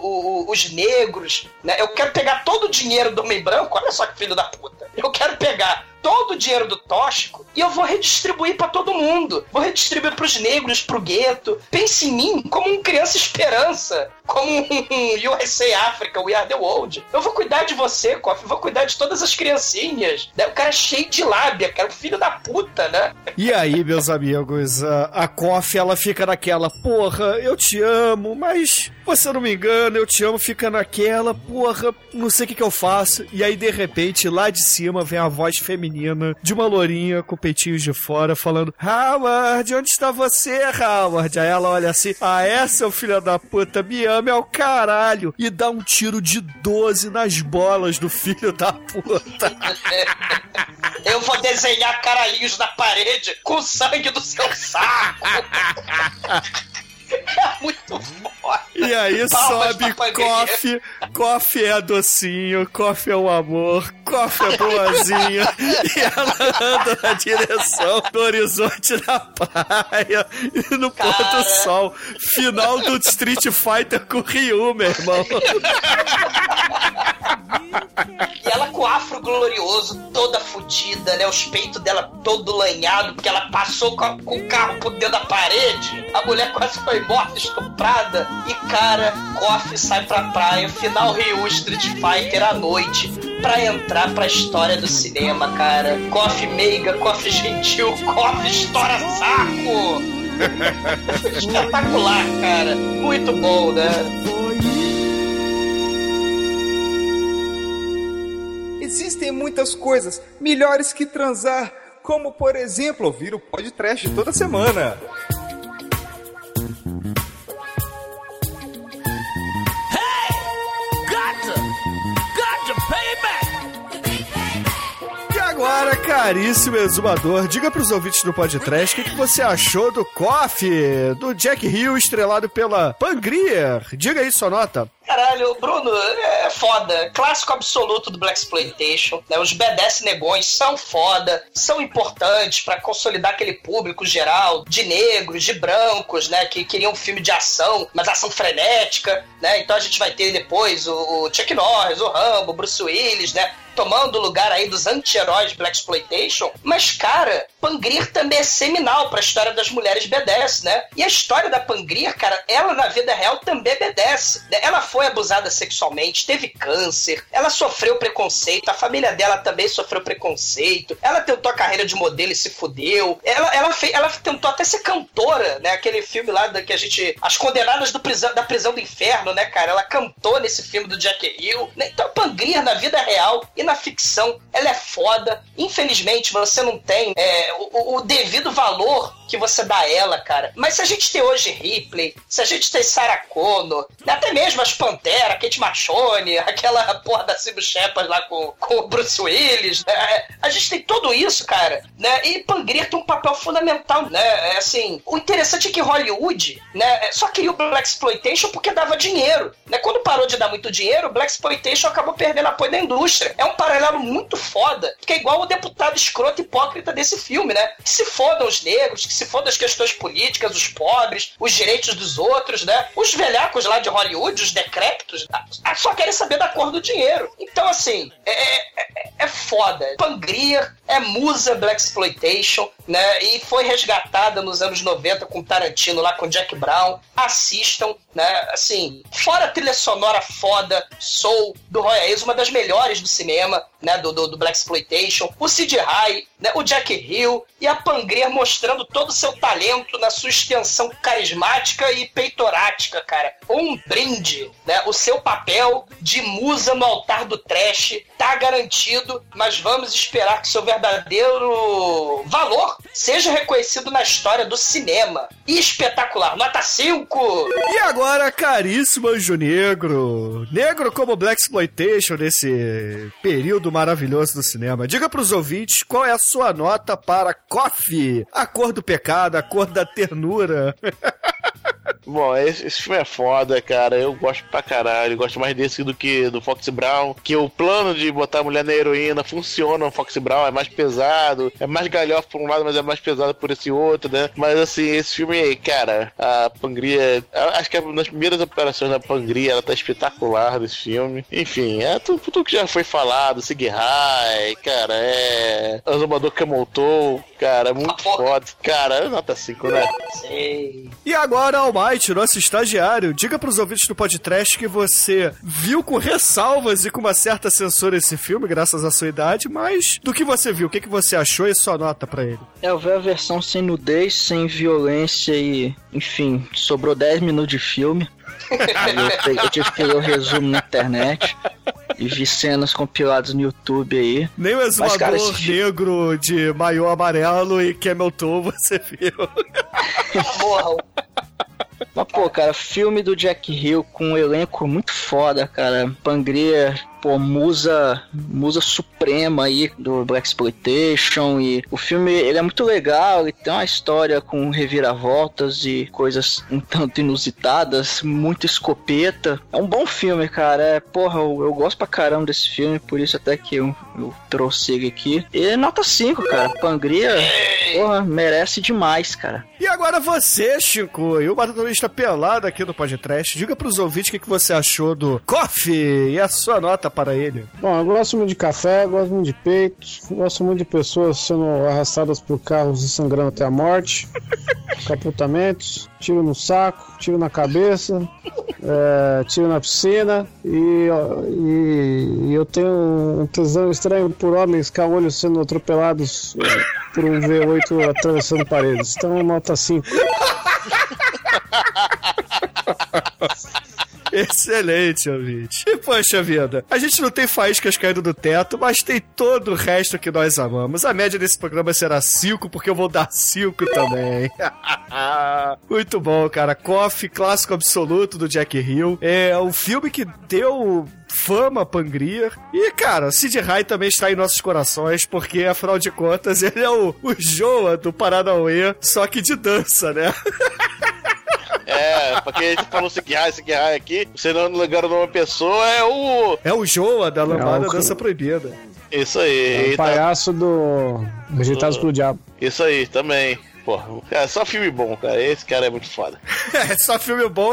os negros, né? Eu quero pegar todo o dinheiro do homem branco, olha só que filho da puta. Eu quero pegar todo o dinheiro do tóxico e eu vou redistribuir pra todo mundo. Vou redistribuir pros negros, pro gueto. Pense em mim como um criança esperança, como um USA África, We Are The World. Eu vou cuidar de você, Coffee, vou cuidar de todas as criancinhas. O cara é cheio de lábia, cara, o filho da puta, né? E aí, meus amigos, a Coffee, ela fica naquela: porra, eu te amo, mas você não me engana, eu te amo, fica naquela: porra, não sei o que eu faço. E aí, de repente, lá de cima vem a voz feminina de uma lourinha com peitinhos de fora falando: Howard, onde está você, Howard? Aí ela olha assim: seu filho da puta, me ama ao caralho, e dá um tiro de 12 nas bolas do filho da puta. Eu vou desenhar caralhinhos na parede com o sangue do seu saco. É muito foda. E aí sobe Coffee. Coffee é docinho, Coffee é o amor, Coffee é boazinha. E ela anda na direção do horizonte da praia e no pôr do sol. Final do Street Fighter com o Ryu, meu irmão. E ela com o afro glorioso, toda fodida, né? Os peitos dela todo lanhado, porque ela passou com o carro por dentro da parede. A mulher quase foi morta, estuprada. E, cara, Koff sai pra praia, final Ryu Street Fighter à noite, pra entrar pra história do cinema, cara. Koff meiga, Koff gentil, Koff estoura saco. Espetacular, cara. Muito bom, né? Existem muitas coisas melhores que transar, como, por exemplo, ouvir o podcast toda semana. Agora, caríssimo exumador, diga pros ouvintes do podcast o que você achou do Koff, do Jack Hill, estrelado pela Pangrier. Diga aí sua nota. Caralho, Bruno, é foda. Clássico absoluto do Blaxploitation, né? Os B10 negões são foda, são importantes pra consolidar aquele público geral de negros, de brancos, né? Que queriam um filme de ação, mas ação frenética, né? Então a gente vai ter depois o Chuck Norris, o Rambo, o Bruce Willis, né? Tomando o lugar aí dos anti-heróis de Blaxploitation. Mas, cara, Pangrier também é seminal pra história das mulheres B10, né? E a história da Pangrier, cara, ela na vida real também é B10, né? Ela foi abusada sexualmente, teve câncer, ela sofreu preconceito, a família dela também sofreu preconceito, ela tentou a carreira de modelo e se fudeu, ela tentou até ser cantora, né? Aquele filme lá que a gente... As Condenadas da Prisão do Inferno, né, cara? Ela cantou nesse filme do Jack Hill, né? Então a Pangrier na vida real e na ficção, ela é foda. Infelizmente, você não tem o devido valor que você dá a ela, cara. Mas se a gente tem hoje Ripley, se a gente tem Sarah Connor, até mesmo as Pantera, Kate Machone, aquela porra da Sybil Shepherd lá com o Bruce Willis, a gente tem tudo isso, cara, né? E Pangrier tem um papel fundamental, né? Assim, o interessante é que Hollywood, né, só queria o Blaxploitation porque dava dinheiro, né? Quando parou de dar muito dinheiro, o Blaxploitation acabou perdendo apoio da indústria. É um paralelo muito foda, que é igual o deputado escroto hipócrita desse filme, né? Que se fodam os negros, que se fodam as questões políticas, os pobres, os direitos dos outros, né? Os velhacos lá de Hollywood, os decrépitos, só querem saber da cor do dinheiro. Então, assim, é foda. Pangrier é musa Blaxploitation, né? E foi resgatada nos anos 90 com Tarantino lá com Jack Brown. Assistam, né? Assim, fora a trilha sonora foda, Soul, do Roy Ayers, uma das melhores do cinema, né? Do Blaxploitation. O Sid Haig, né? O Jack Hill e a Pangrier mostrando todo o seu talento na sua extensão carismática e peitorática, cara. Um brinde, né? O seu papel de musa no altar do trash tá garantido, mas vamos esperar que seu verdadeiro valor seja reconhecido na história do cinema. E espetacular, nota 5! E agora, caríssimo Anjo Negro, negro como Blaxploitation nesse período maravilhoso do cinema, diga pros ouvintes qual é a sua nota para Koff, a cor do pecado, a cor da ternura. Bom, esse filme é foda, cara. Eu gosto pra caralho. Gosto mais desse do que do Foxy Brown. Que o plano de botar a mulher na heroína funciona no Foxy Brown. É mais pesado. É mais galhofa por um lado, mas é mais pesado por esse outro, né? Mas assim, esse filme, cara, a Pangrier... Acho que é uma das primeiras operações da Pangrier. Ela tá espetacular nesse filme. Enfim, é tudo que já foi falado. Sig High, cara, Azumador Camoltou. Cara, muito foda. Cara, nota 5, né? Sei. E agora, Almighty, nosso estagiário, diga pros ouvintes do podcast que você viu com ressalvas e com uma certa censura esse filme, graças à sua idade, mas do que você viu, o que você achou e sua nota pra ele? Eu vi a versão sem nudez, sem violência e, enfim, sobrou 10 minutos de filme. Eu tive que ler o resumo na internet e vi cenas compiladas no YouTube aí. Nem o exumador negro de maiô amarelo e Camel Toe você viu. Morram. Mas, pô, cara, filme do Jack Hill com um elenco muito foda, cara. Pangrier, pô, musa suprema aí do Blaxploitation. E o filme, ele é muito legal, ele tem uma história com reviravoltas e coisas um tanto inusitadas, muito escopeta. É um bom filme, cara. Porra, eu gosto pra caramba desse filme, por isso até que eu trouxe ele aqui. E nota 5, cara. Pangrier, porra, merece demais, cara. E agora você, Chico, e o maratonista pelado aqui do podcast, diga pros ouvintes o que você achou do Koff e a sua nota para ele? Bom, eu gosto muito de café, gosto muito de peito, gosto muito de pessoas sendo arrastadas por carros e sangrando até a morte, capotamentos, tiro no saco, tiro na cabeça, tiro na piscina e eu tenho um tesão estranho por homens caolhos sendo atropelados por um V8 atravessando paredes. Então, nota 5. Excelente, ouvinte. E poxa vida, a gente não tem faíscas caindo do teto, mas tem todo o resto que nós amamos. A média desse programa será 5, porque eu vou dar 5 também. Muito bom, cara. Coffee, clássico absoluto do Jack Hill. É um filme que deu fama a Pangria. E, cara, Sid Rai também está em nossos corações, porque, afinal de contas, ele é o Joa do Paranauê, só que de dança, né? Porque a gente falou Sid Rai aqui, você não ligaram numa pessoa, é o Joa da Lambada Dança Proibida. Isso aí. É o palhaço do Rejeitados pelo Diabo. Isso aí, também. Porra, cara, só filme bom, cara. Esse cara é muito foda. Só filme bom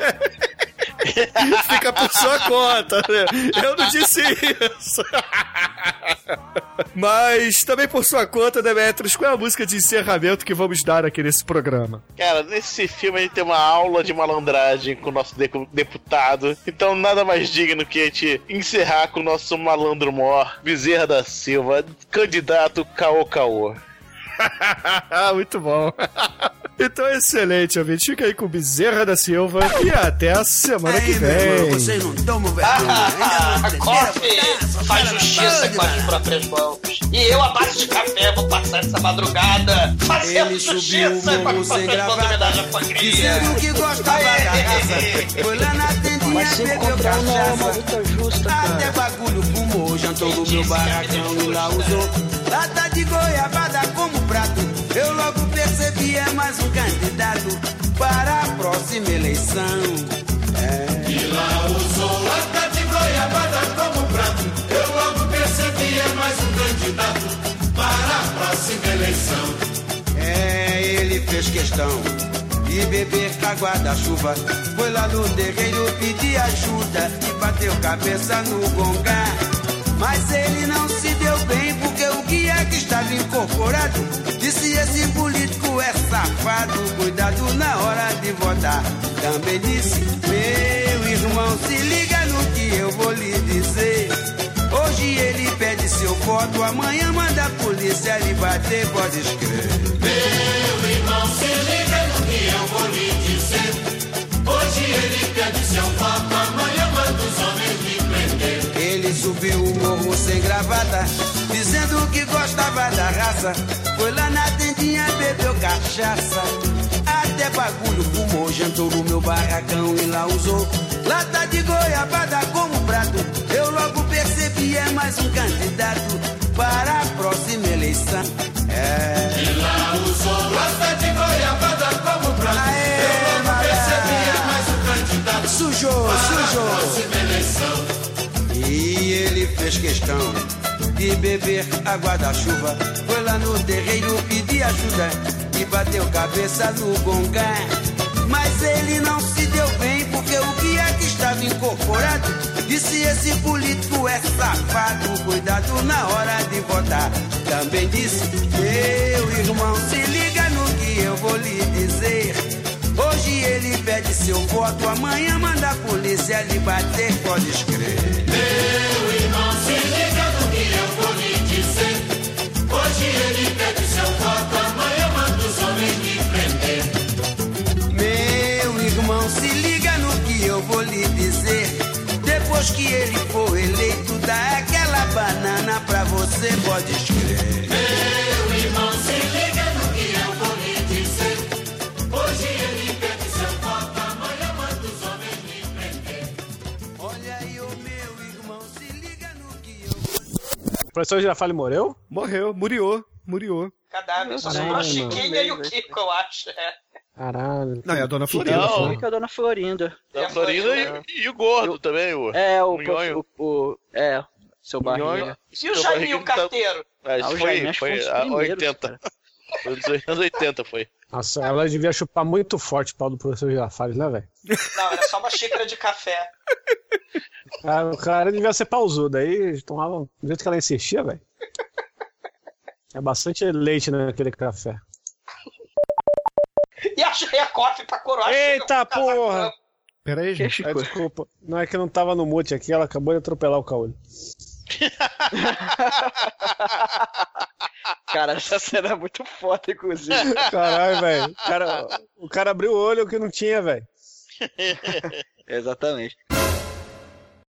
fica por sua conta, né? Eu não disse isso. Mas também por sua conta, Demetrius, qual é a música de encerramento que vamos dar aqui nesse programa? Cara, nesse filme a gente tem uma aula de malandragem com o nosso deputado. Então nada mais digno que a gente encerrar com o nosso malandro mor, Bezerra da Silva, candidato Caô. Muito bom. Então, excelente, ouvinte. Fica aí com Bezerra da Silva e até a semana que vem. Vocês não tomam vergonha. Coffee faz justiça com as próprias mãos. E eu, a base de café, vou passar essa madrugada fazendo justiça com as próprias mãos. Homenagem à Pangria. Dizendo que gostava da raça. Foi lá na tendinha, bebeu cachaça. Até bagulho fumou, jantou no meu barracão e lá usou lata de goiabada como prato. Eu logo percebi, é mais um candidato para a próxima eleição. E lá usou lata de goiabada como prato. Eu logo percebi, é mais um candidato para a próxima eleição. Ele fez questão de beber água da chuva. Foi lá no terreiro pedir ajuda e bateu cabeça no gongá. Mas ele não se deu bem porque o guia que estava incorporado disse: esse político é safado, cuidado na hora de votar. Também disse: meu irmão, se liga no que eu vou lhe dizer. Hoje ele pede seu voto, amanhã manda a polícia lhe bater, pode escrever. Meu irmão, se liga no que eu vou lhe dizer. Hoje ele pede seu voto, amanhã manda os homens lhe prender. Ele subiu o morro sem gravata, dizendo que gostava da raça. Foi lá na tendinha, bebeu cachaça. Até bagulho fumou, jantou no meu barracão e lá usou lata de goiabada como prato. Eu logo percebi, é mais um candidato para a próxima eleição. E lá usou lata de goiabada como prato. Eu logo percebi, é mais um candidato sujou. a próxima eleição. E ele fez questão de beber água da chuva. Foi lá no terreiro pedir ajuda e bateu cabeça no gongá. Mas ele não se deu bem porque o guia que estava incorporado disse: esse político é safado, cuidado na hora de votar. Também disse: meu irmão, se liga no que eu vou lhe dizer. Hoje ele pede seu voto, amanhã manda a polícia lhe bater, pode escrever. Meu irmão, se liga no que eu vou lhe dizer. Hoje ele pede seu voto, amanhã manda os homens lhe prender. Meu irmão, se liga no que eu vou lhe dizer. Depois que ele for eleito, dá aquela banana pra você, pode escrever. Meu irmão, se liga no que eu vou lhe dizer. Hoje ele pede seu voto, amanhã manda os homens lhe prender. Olha aí, ô meu irmão, se liga no que eu vou... O professor Girafales morreu? Morreu, muriou. Cadáver, só sobrou a Chiquinha e o Kiko, eu acho. Caralho. Não, é a Dona Florinda. Não, fica a Dona Florinda. Dona Florinda e o gordo também, o seu Barriga. E o Jaiminho Carteiro? O Jaiminho acho que foi um dos primeiros, 80. cara. Foi nos anos 80, foi. Nossa, ela devia chupar muito forte o pau do professor Girafales, né, velho? Não, era só uma xícara de café. O cara devia ser pausudo, aí tomava do jeito que ela insistia, velho. É bastante leite naquele café. E achei a coffee pra coroar. Eita porra! Peraí, gente. Desculpa. Não é que não tava no mute aqui, ela acabou de atropelar o Caolho. Cara, essa cena é muito foda, inclusive. Caralho, velho. O cara abriu o olho que não tinha, velho. Exatamente.